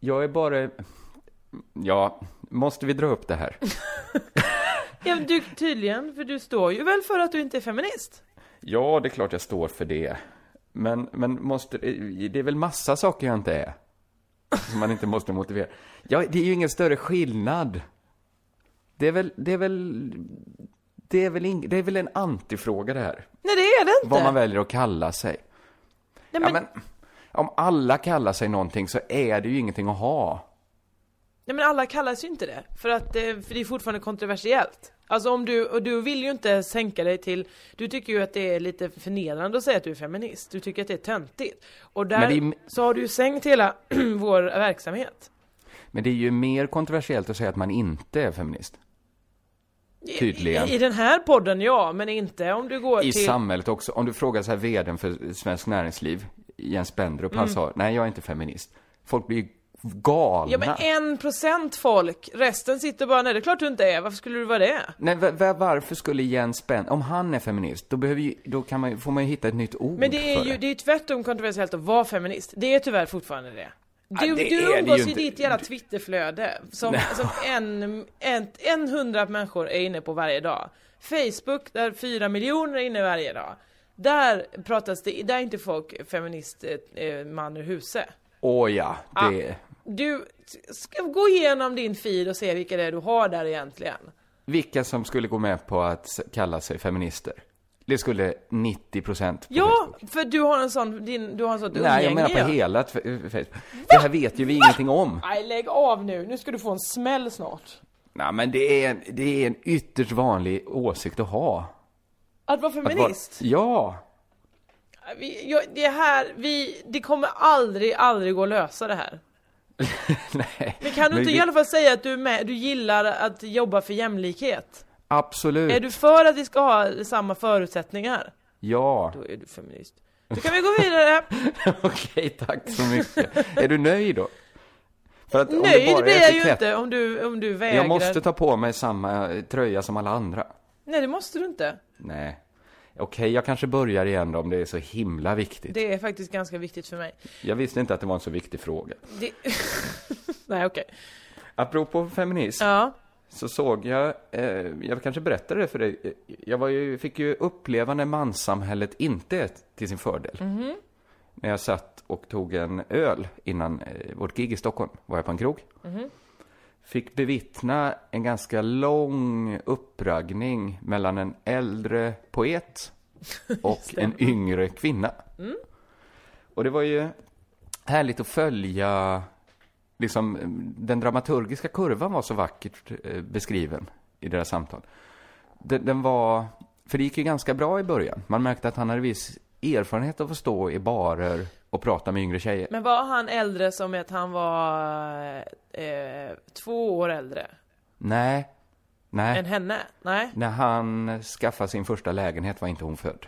Jag är bara... Ja, måste vi dra upp det här? Ja, du, tydligen, för du står ju väl för att du inte är feminist? Ja, det är klart jag står för det. Men, men måste, det är väl massa saker jag inte är. Som man inte måste motivera. Ja, det är ju ingen större skillnad. Det är väl... Det är väl... Det är, väl ing, det är väl en antifråga det här. Nej, det är det inte. Vad man väljer att kalla sig. Nej, men... Ja, men om alla kallar sig någonting så är det ju ingenting att ha. Nej, men alla kallas ju inte det. För att för det är fortfarande kontroversiellt. Alltså om du, och du vill ju inte sänka dig till... Du tycker ju att det är lite förnedrande att säga att du är feminist. Du tycker att det är töntigt. Och där är, så har du ju sänkt hela vår verksamhet. Men det är ju mer kontroversiellt att säga att man inte är feminist. Tydligen. I, I den här podden, ja, men inte om du går I till... I samhället också. Om du frågar så här vdn för Svensk Näringsliv, Jens Bendrup, han mm. sa, nej jag är inte feminist. Folk blir galna. Ja, men en procent folk, resten sitter bara, nej det är klart du inte är, varför skulle du vara det? Nej, v- varför skulle Jens Bendrup, om han är feminist, då, behöver ju, då kan man, får man ju hitta ett nytt ord. Men det är för ju det. Det är ju tvärtom kontroversiellt att vara feminist. Det är tyvärr fortfarande det. Du, ja, det du umgås i inte. ditt jävla Twitterflöde som, som en, en, en hundra människor är inne på varje dag. Facebook, där fyra miljoner är inne varje dag. Där pratas det, där är inte folk feminist eh, man ur huset. Åh ja, det... Ah, du ska gå igenom din feed och se vilka det är du har där egentligen. Vilka som skulle gå med på att kalla sig feminister? Det skulle nittio procent. Ja, för du har en sån, din, du har en sån umgänge. Nej, jag menar på hela Facebook. Det här vet ju vi ingenting om. Nej, lägg av nu. Nu ska du få en smäll snart. Nej, men det är, det är en ytterst vanlig åsikt att ha. Att vara feminist? Att vara, ja. Vi, jag, det här, vi, det kommer aldrig, aldrig gå att lösa det här. Nej. Men kan du inte vi... i alla fall säga att du, är med, du gillar att jobba för jämlikhet? Absolut. Är du för att vi ska ha samma förutsättningar? Ja. Då är du feminist. Då kan vi gå vidare. Okej, tack så mycket. Är du nöjd då? För att nöjd om blir jag etikett... ju inte om du, om du vägrar. Jag måste ta på mig samma tröja som alla andra. Nej, det måste du inte. Nej. Okej, jag kanske börjar igen då, om det är så himla viktigt. Det är faktiskt ganska viktigt för mig. Jag visste inte att det var en så viktig fråga. Det... Nej, okej. Okay. Apropå feminism. Ja. Så såg jag, eh, jag kanske berättade det för dig. Jag var ju, fick ju uppleva när manssamhället inte är till sin fördel. Mm-hmm. När jag satt och tog en öl innan eh, vårt gig i Stockholm, var jag på en krog. Mm-hmm. Fick bevittna en ganska lång uppraggning mellan en äldre poet och en yngre kvinna. Mm. Och det var ju härligt att följa... Liksom, den dramaturgiska kurvan var så vackert eh, beskriven i deras samtal. Den, den var... För det gick ju ganska bra i början. Man märkte att han hade viss erfarenhet av att stå i barer och prata med yngre tjejer. Men var han äldre som att han var eh, två år äldre? Nej. Nej. Än henne? Nej. När han skaffade sin första lägenhet var inte hon född.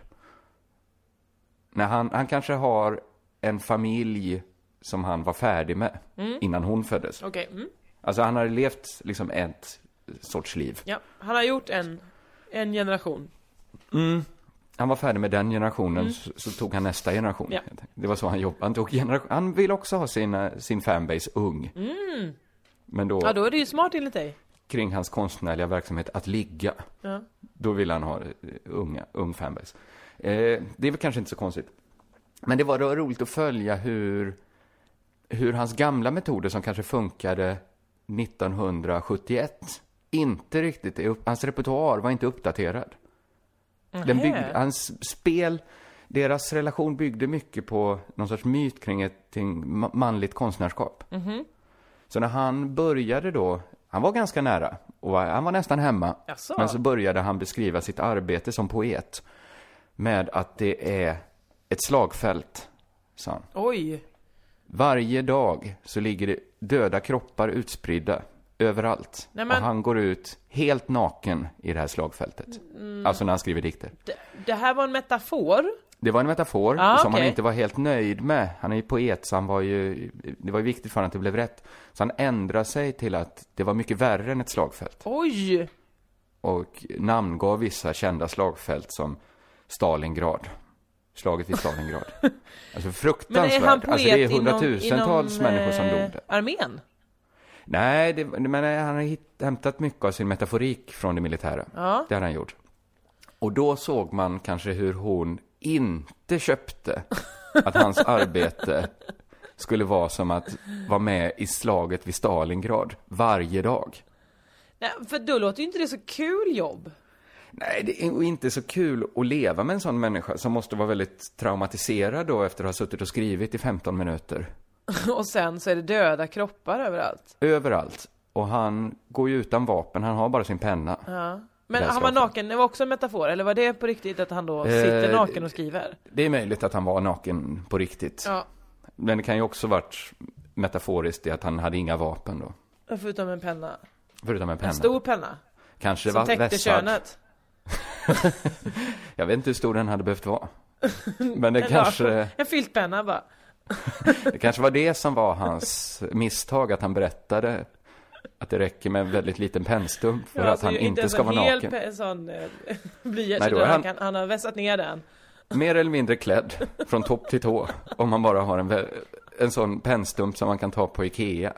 När han, han kanske har en familj som han var färdig med mm. innan hon föddes. Okay. Mm. Alltså han har levt liksom ett sorts liv. Ja, han har gjort en, en generation. Mm. Han var färdig med den generationen mm. så, så tog han nästa generation. Ja. Det var så han jobbade. Han, tog generation, han vill också ha sina, sin fanbase ung. Mm. Men då, ja, då är det ju smart enligt dig. Kring hans konstnärliga verksamhet att ligga. Ja. Då vill han ha unga, ung fanbase. Eh, det är väl kanske inte så konstigt. Men det var då roligt att följa hur... hur hans gamla metoder som kanske funkade nittonhundrasjuttioett inte riktigt är upp, hans repertoar var inte uppdaterad. Den byggde, hans spel, deras relation byggde mycket på någon sorts myt kring ett kring manligt konstnärskap. Mm-hmm. Så när han började då, han var ganska nära och han var nästan hemma. Jaså. Men så började han beskriva sitt arbete som poet med att det är ett slagfält, sa han. Oj. Varje dag så ligger det döda kroppar utspridda överallt. Nej, men... Och han går ut helt naken i det här slagfältet. Mm. Alltså när han skriver dikter. Det, det här var en metafor? Det var en metafor ah, som okay. han inte var helt nöjd med. Han är ju poet så han var ju, det var ju viktigt för honom att det blev rätt. Så han ändrade sig till att det var mycket värre än ett slagfält. Oj! Och namngav vissa kända slagfält som Stalingrad. slaget vid Stalingrad. Alltså fruktansvärt. Men är han poet alltså det är inom, hundratusentals inom, människor som eh, dog. armén? Nej, det, men han har hitt, hämtat mycket av sin metaforik från det militära. Ja. Det har han gjort. Och då såg man kanske hur hon inte köpte att hans arbete skulle vara som att vara med i slaget vid Stalingrad varje dag. Nej, för då låter ju inte det så kul jobb. Nej, det är inte så kul att leva med en sån människa som måste vara väldigt traumatiserad då efter att ha suttit och skrivit i femton minuter. Och sen så är det döda kroppar överallt. Överallt. Och han går ju utan vapen, han har bara sin penna. Ja. Men han var naken, det var också en metafor, eller var det på riktigt att han då Eh, sitter naken och skriver? Det är möjligt att han var naken på riktigt. Ja. Men det kan ju också varit metaforiskt i att han hade inga vapen då. Förutom en penna. Förutom en penna. En stor penna. Kanske som var täckte vässad. könet. Jag vet inte hur stor den hade behövt vara. Men det en kanske... lag- En filtpenna bara. Det kanske var det som var hans misstag, att han berättade att det räcker med en väldigt liten pennstump för Ja, att alltså, han inte ska vara en hel naken. pe- sån eh, blyerts, Nej, då är han, han- kan, han har vässat ner den. Mer eller mindre klädd från topp till tå, om man bara har en, vä- en sån pennstump som man kan ta på Ikea.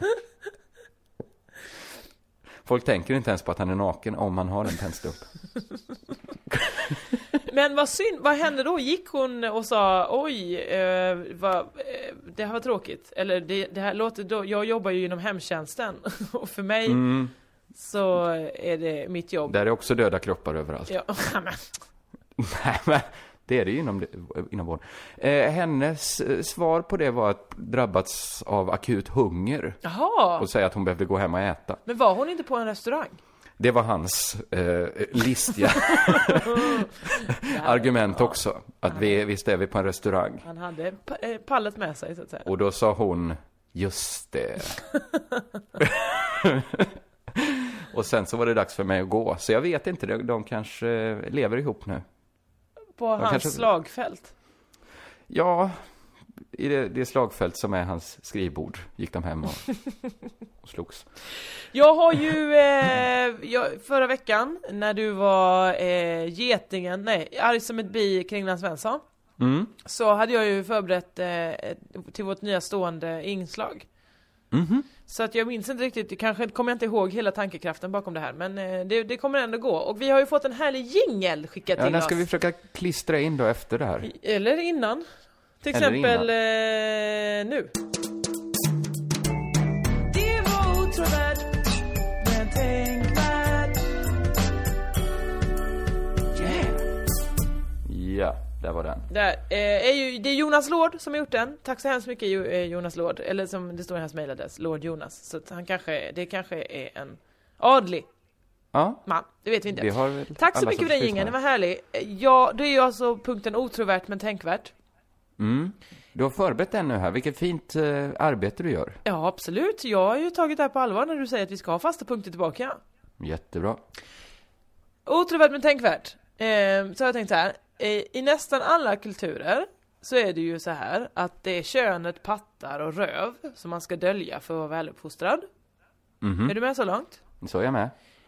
Folk tänker inte ens på att han är naken om man har en pennstump. Men vad synd, vad hände då? Gick hon och sa oj, eh, vad, eh, det här var tråkigt. Eller det, det här låter då, jag jobbar ju inom hemtjänsten. Och för mig Mm. så är det mitt jobb. Där är också döda kroppar överallt. Ja, men. Nej, men det är det ju inom, inom vården. Eh, hennes eh, svar på det var att drabbats av akut hunger. Jaha. Och säga att hon behövde gå hem och äta. Men var hon inte på en restaurang? Det var hans eh, listiga argument också. Att vi, visst är vi på en restaurang. Han hade pa- eh, pallet med sig så att säga. Och då sa hon, just det. Och sen så var det dags för mig att gå. Så jag vet inte, de, de kanske lever ihop nu. På de hans kanske... slagfält. Ja, i det, det slagfält som är hans skrivbord gick de hem och, och slogs. Jag har ju eh, jag, förra veckan när du var eh, getingen, nej, arg som ett bi kring Svensson. Mm. Så hade jag ju förberett eh, till vårt nya stående inslag. Mm-hmm. Så att jag minns inte riktigt, kanske kommer jag inte ihåg hela tankekraften bakom det här, men eh, det, det kommer ändå gå. Och vi har ju fått en härlig jingle skickad Ja, till den oss. ska vi försöka klistra in då efter det här. Eller innan. Till Eller exempel innan. Eh, nu. Det var otrovärd, men tänkvärt. Yeah. Ja, där var den. Där, eh, är ju, det är Jonas Lord som har gjort den. Tack så hemskt mycket Jo- eh, Jonas Lord. Eller som det står i hans mejladress, Lord Jonas. Så att han kanske, det kanske är en adlig Ja. man. Det vet vi inte. Vi har väl Tack så alla mycket för sorts den jingeln, det lyssnare. var härlig. Eh, Ja, det är ju alltså punkten otrovärd men tänkvärt. Mm. Du har förberett den nu här. Vilket fint eh, arbete du gör. Ja, absolut. Jag har ju tagit det här på allvar när du säger att vi ska ha fasta punkter tillbaka. Jättebra. Otrovärd men tänkvärt. Eh, så har jag tänkt så här. Eh, I nästan alla kulturer så är det ju så här att det är könet, pattar och röv som man ska dölja för att vara väluppfostrad. Mhm. Är du med så långt? Så är jag med.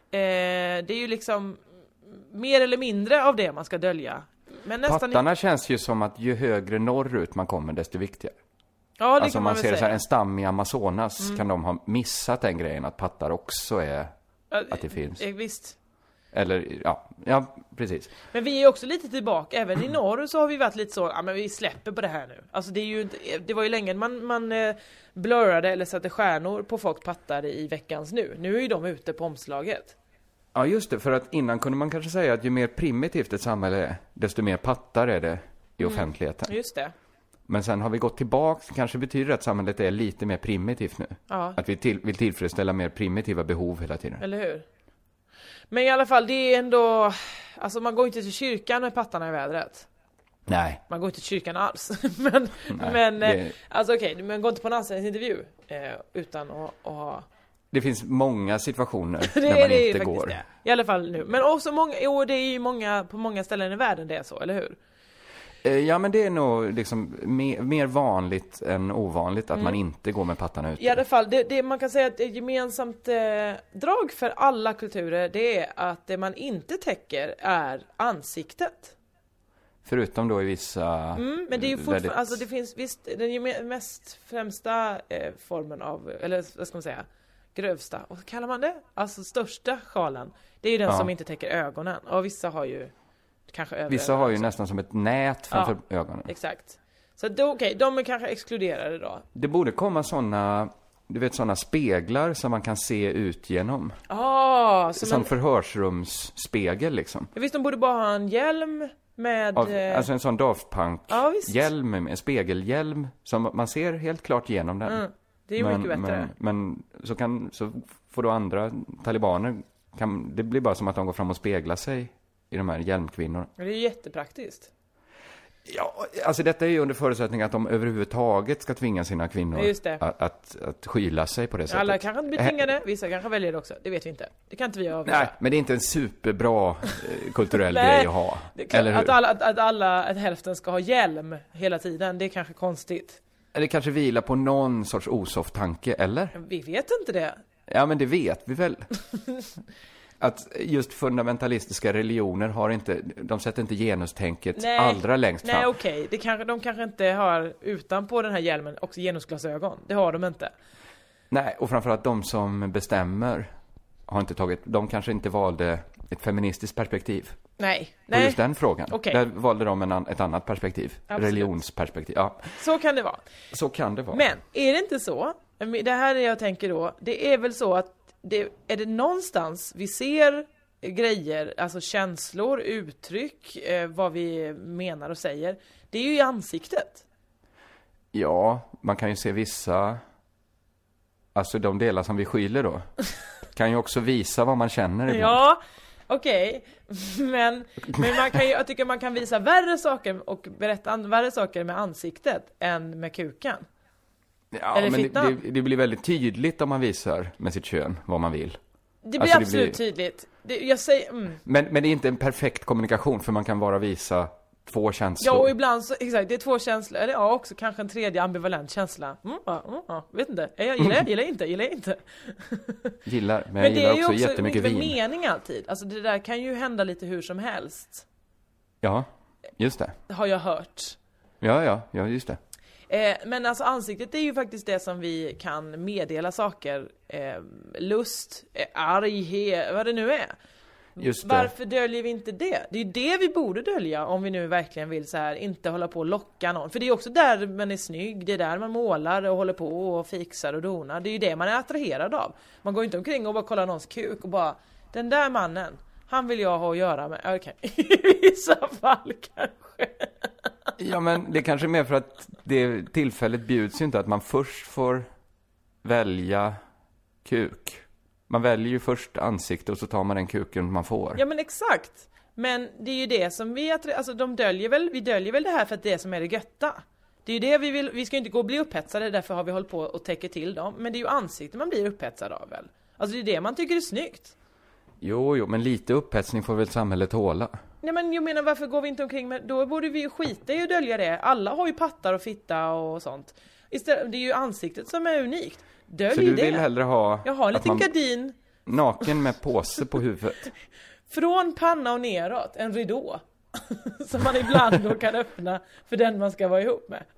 Eh, det är ju liksom mer eller mindre av det man ska dölja. Men nästan Pattarna känns ju som att ju högre norrut man kommer desto viktigare. Ja, det alltså kan om man man väl ser det så här, säga. en stam i Amazonas Mm. kan de ha missat den grejen att pattar också är Ja, att det finns. eh, visst. Eller ja, ja precis. Men vi är också lite tillbaka, även i norr så har vi varit lite så, ja men vi släpper på det här nu. Alltså det är ju inte, det var ju länge man, man eh, blurrade eller satte stjärnor på folk pattar i veckans nu. Nu är ju de ute på omslaget. Ja just det, för att innan kunde man kanske säga att ju mer primitivt ett samhälle är, desto mer pattar är det i Mm. offentligheten. Just det. Men sen har vi gått tillbaka, kanske betyder det att samhället är lite mer primitivt nu. Ja. Att vi till, vill tillfredsställa mer primitiva behov hela tiden. Eller hur? Men i alla fall, det är ändå, alltså man går inte till kyrkan med pattarna i vädret. Nej. Man går inte till kyrkan alls. men, Nej, men det- eh, alltså okej, okay, man går inte på en anställningsintervju eh, utan att, att ha... Det finns många situationer det där är man det ju inte faktiskt går. det. I alla fall nu. Men också många, jo det är ju många, på många ställen i världen det är så, eller hur? Eh, Ja, men det är nog liksom mer, mer vanligt än ovanligt att Mm. man inte går med pattarna ute. I alla fall, det, det, man kan säga att ett gemensamt eh, drag för alla kulturer det är att det man inte täcker är ansiktet. Förutom då i vissa... Mm, men det är ju fortfarande, väldigt... alltså det finns, visst, den är ju mest främsta eh, formen av, eller vad ska man säga, grövsta, vad kallar man det? Alltså största sjalen. Det är ju den ja. som inte täcker ögonen. Och vissa har ju kanske över Vissa har ju också. nästan som ett nät framför ja, ögonen. Exakt. Så då, okej, okay, de är kanske exkluderade då. Det borde komma såna, du vet, såna speglar som man kan se ut genom. Ah, som som en förhörsrumsspegel liksom. Jag visste de borde bara ha en hjälm med... Av, alltså en sån Daft Punk-hjälm, ja, en spegelhjälm som man ser helt klart genom den. Mm, det är ju men, mycket bättre. Men, men så, kan, så får då andra talibaner, kan, det blir bara som att de går fram och speglar sig i de här hjälmkvinnorna. Det är ju jättepraktiskt. Ja, alltså detta är ju under förutsättning att de överhuvudtaget ska tvinga sina kvinnor Just det. Att, att, att skyla sig på det sättet. Alla kanske inte blir tvingade, vissa kanske väljer det också. Det vet vi inte. Det kan inte vi avgöra. Nej, men det är inte en superbra eh, kulturell grej att ha. Kan, eller hur? Att alla, att, att alla, att hälften ska ha hjälm hela tiden, det är kanske konstigt. Eller kanske vila på någon sorts osoft tanke, eller? Vi vet inte det. Ja, men det vet vi väl. Att just fundamentalistiska religioner har inte, de sätter inte genustänket nej, allra längst fram. Nej, okej. Okay. Det kanske, de kanske inte har utanpå den här hjälmen också genusglasögon. Det har de inte. Nej, och framförallt de som bestämmer har inte tagit, de kanske inte valde ett feministiskt perspektiv. Nej. På nej. just den frågan. Okay. Där valde de en an, ett annat perspektiv. Absolut. Religionsperspektiv. Ja. Så kan det vara. Så kan det vara. Men är det inte så? Det här är jag tänker då. Det är väl så att det, är det någonstans vi ser grejer, alltså känslor, uttryck, eh, vad vi menar och säger. Det är ju i ansiktet. Ja, man kan ju se vissa, alltså de delar som vi skyller då, kan ju också visa vad man känner ibland. Ja, okej. Okay. Men, men man kan ju, jag tycker man kan visa värre saker och berätta värre saker med ansiktet än med kuken. Ja, eller men det, det, det blir väldigt tydligt om man visar med sitt kön vad man vill. Det blir alltså, absolut det blir... tydligt. Det, jag säger, mm. men, men det är inte en perfekt kommunikation, för man kan bara visa två känslor. Ja, och ibland så, exakt, det är två känslor. Eller ja, också kanske en tredje ambivalent känsla. Mm, ja, mm, ja, vet inte. Jag gillar, jag gillar inte, gillar inte. Gillar, men, men jag gillar också, också jättemycket vin. Men det är ju också mening alltid. Alltså det där kan ju hända lite hur som helst. Ja, just det. Har jag hört. Ja, ja, ja, just det. Eh, men alltså ansiktet är ju faktiskt det som vi kan meddela saker. Eh, lust, eh, arg, he, vad det nu är. Just det. Varför döljer vi inte det? Det är ju det vi borde dölja om vi nu verkligen vill så här, inte hålla på och locka någon. För det är också där man är snygg, det är där man målar och håller på och fixar och donar. Det är ju det man är attraherad av. Man går inte omkring och bara kollar någons kuk och bara, den där mannen, han vill jag ha att göra med. Okej, okay. I vissa fall kanske. Ja, men det är kanske mer för att det tillfället bjuds ju inte att man först får välja kuk. Man väljer ju först ansikte och så tar man den kuken man får. Ja, men exakt. Men det är ju det som vi, alltså de döljer väl, vi döljer väl det här för att det är som är det götta. Det är ju det vi vill, vi ska inte gå och bli upphetsade, därför har vi hållit på och täcker till dem. Men det är ju ansiktet man blir upphetsad av väl. Alltså det är det man tycker är snyggt. Jo, jo, men lite upphetsning får väl samhället hålla. Nej, men jag menar, varför går vi inte omkring med, då borde vi ju skita i att dölja det. Alla har ju pattar och fitta och sånt. Istället, det är ju ansiktet som är unikt. Dölj så du det. vill hellre ha... Jag har en liten man... gardin. Naken med påse på huvudet. Från panna och neråt, en ridå. Som man ibland då kan öppna för den man ska vara ihop med.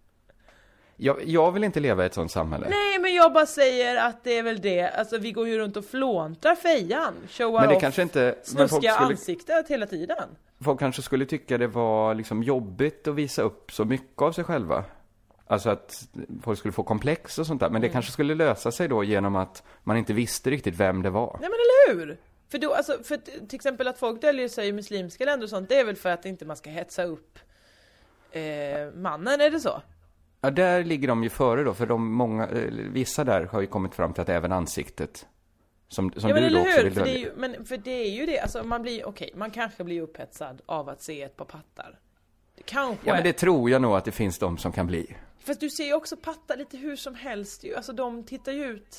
Jag, jag vill inte leva i ett sånt samhälle. Nej, men jag bara säger att det är väl det. Alltså vi går ju runt och flåntar fejan. Showar men det off kanske inte, snuskiga skulle, ansiktet hela tiden. Folk kanske skulle tycka det var liksom jobbigt att visa upp så mycket av sig själva. Alltså att folk skulle få komplex och sånt där. Men det mm. kanske skulle lösa sig då genom att man inte visste riktigt vem det var. Nej, men eller hur? För då, alltså, för till exempel att folk döljer sig i muslimska länder och sånt, det är väl för att inte man ska hetsa upp eh, mannen, är det så? Ja, där ligger de ju före då, för de många, eh, vissa där har ju kommit fram till att även ansiktet, som, som ja, du då också vill för dölja. det är ju, men för det är ju det, alltså man blir, okej, okay, man kanske blir upphetsad av att se ett par pattar. Det kanske. Ja, men det tror jag nog att det finns de som kan bli. Fast du ser ju också pattar lite hur som helst ju, alltså de tittar ju ut.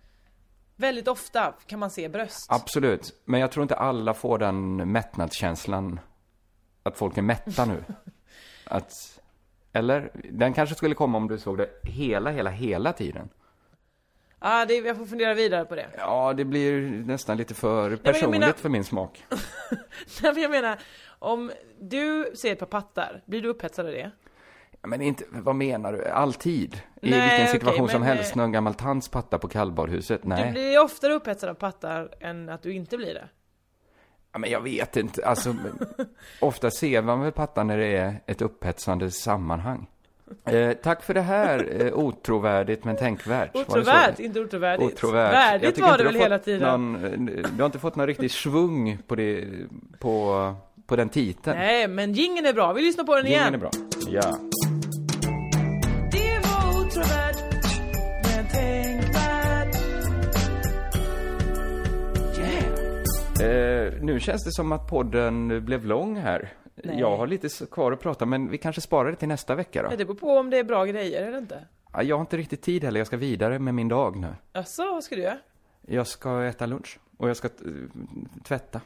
Väldigt ofta kan man se bröst. Absolut, men jag tror inte alla får den mättnadskänslan att folk är mätta nu. Att, eller, den kanske skulle komma om du såg det hela, hela, hela tiden. ah, det, jag får fundera vidare på det. Ja, det blir nästan lite för personligt menar... för min smak. Nej, men jag menar, om du ser ett par pattar, blir du upphetsad av det? Ja, men inte, vad menar du? Alltid? I Nej, vilken situation okay, som men, helst, någon gammal tants patta på kallbadhuset? Nej. Du blir oftare upphetsad av pattar än att du inte blir det. Ja, men jag vet inte. Alltså, ofta ser man väl pattar när det är ett upphetsande sammanhang. Eh, tack för det här, eh, otrovärdigt men tänkvärt. Otrovärdigt, inte otrovärdigt. Otrovärdigt. Värdigt var det väl hela tiden. Någon, du har inte fått någon riktig svung på, det, på, på den titeln. Nej, men jingeln är bra. Vi lyssnar på den igen. Jingeln är bra, ja. Det var otrovärdigt men tänkvärt. Yeah. Eh, nu känns det som att podden blev lång här. Nej. Jag har lite kvar att prata, men vi kanske sparar det till nästa vecka då. Ja, det beror på om det är bra grejer eller inte. Ja, jag har inte riktigt tid heller, jag ska vidare med min dag nu. Alltså, vad ska du göra? Jag ska äta lunch och jag ska t- tvätta.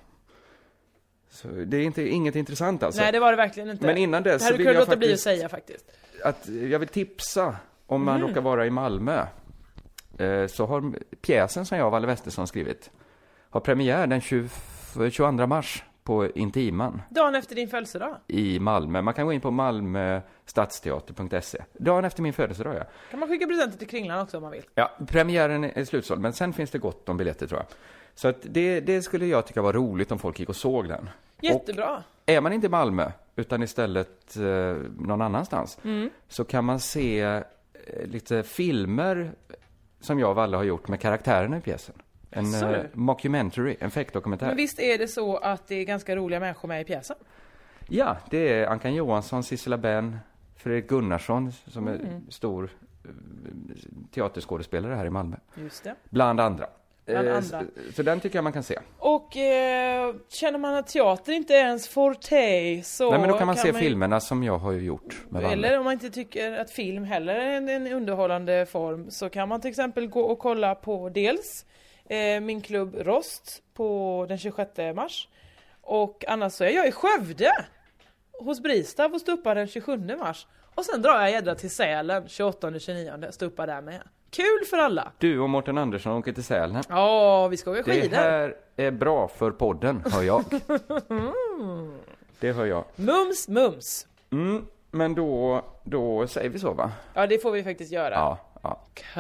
Så det är inte, inget intressant alltså. Nej, det var det verkligen inte. Men innan dess så vill jag faktiskt... bli att säga faktiskt. Att jag vill tipsa, om man mm. råkar vara i Malmö. Eh, så har pjäsen som jag och Valle Westesson skrivit har premiär den tjugoandra mars på Intiman. Dagen efter din födelsedag? I Malmö. Man kan gå in på malmö stadsteater punkt se. Dagen efter min födelsedag, ja. Kan man skicka presenter till Kringlan också om man vill? Ja, premiären är slutsåld, men sen finns det gott om biljetter tror jag. Så att det, det skulle jag tycka var roligt om folk gick och såg den. Jättebra. Och är man inte i Malmö, utan istället eh, någon annanstans, mm. så kan man se eh, lite filmer som jag och Valle har gjort med karaktärerna i pjäsen. En uh, mockumentary, en fake-dokumentär. Men visst är det så att det är ganska roliga människor med i pjäsen? Ja, det är Ankan Johansson, Sissela Ben, Fredrik Gunnarsson som är mm. stor uh, teaterskådespelare här i Malmö. Just det. Bland andra. Bland uh, andra. Så, så den tycker jag man kan se. Och eh, känner man att teater inte är ens forte så... Nej, men då kan man kan se man... filmerna som jag har gjort med Valle. Eller om man inte tycker att film heller är en, en underhållande form, så kan man till exempel gå och kolla på dels eh, min klubb Rost på den tjugosjätte mars. Och annars så är jag i Skövde hos Bristav och stuppar den tjugosjunde mars. Och sen drar jag jädra till Sälen tjugoåttonde tjugonionde, stuppar där med. Kul för alla. Du och Mårten Andersson åker till Sälen. Ja, vi ska åka skidor. Det här är bra för podden, hör jag. mm. Det hör jag. Mums, mums. Mm, men då, då säger vi så, va? Ja, det får vi faktiskt göra. Ja, ja.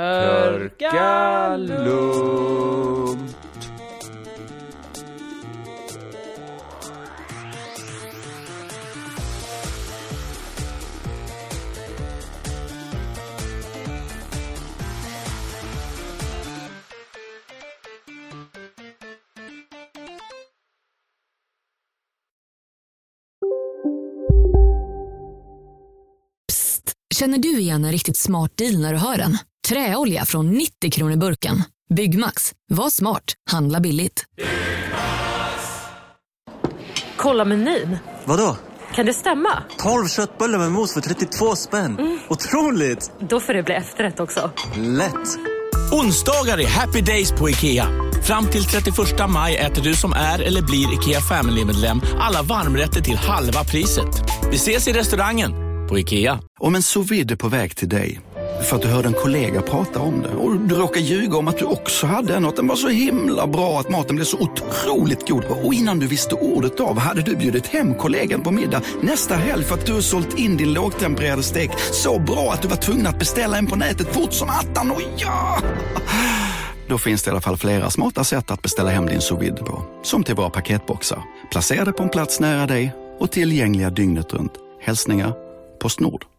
Körka lugnt. Känner du igen en riktigt smart deal när du hör den? Träolja från nittio kronor burken. Byggmax. Var smart. Handla billigt. Kolla menyn. Vadå? Kan det stämma? tolv köttbullar med mos för trettiotvå spänn. Mm. Otroligt! Då får det bli efterrätt också. Lätt! Onsdagar är happy days på IKEA. Fram till trettioförsta maj äter du som är eller blir IKEA Family-medlem alla varmrätter till halva priset. Vi ses i restaurangen på IKEA. Om en sous vide är på väg till dig för att du hörde en kollega prata om det och du råkar ljuga om att du också hade en och att den var så himla bra att maten blev så otroligt god. Och innan du visste ordet av hade du bjudit hem kollegan på middag nästa helg för att du har sålt in din lågtempererade stek så bra att du var tvungen att beställa en på nätet fort som attan. Och ja! Då finns det i alla fall flera smarta sätt att beställa hem din sous vide på. Som till våra paketboxar. Placerade på en plats nära dig och tillgängliga dygnet runt. Hälsningar PostNord.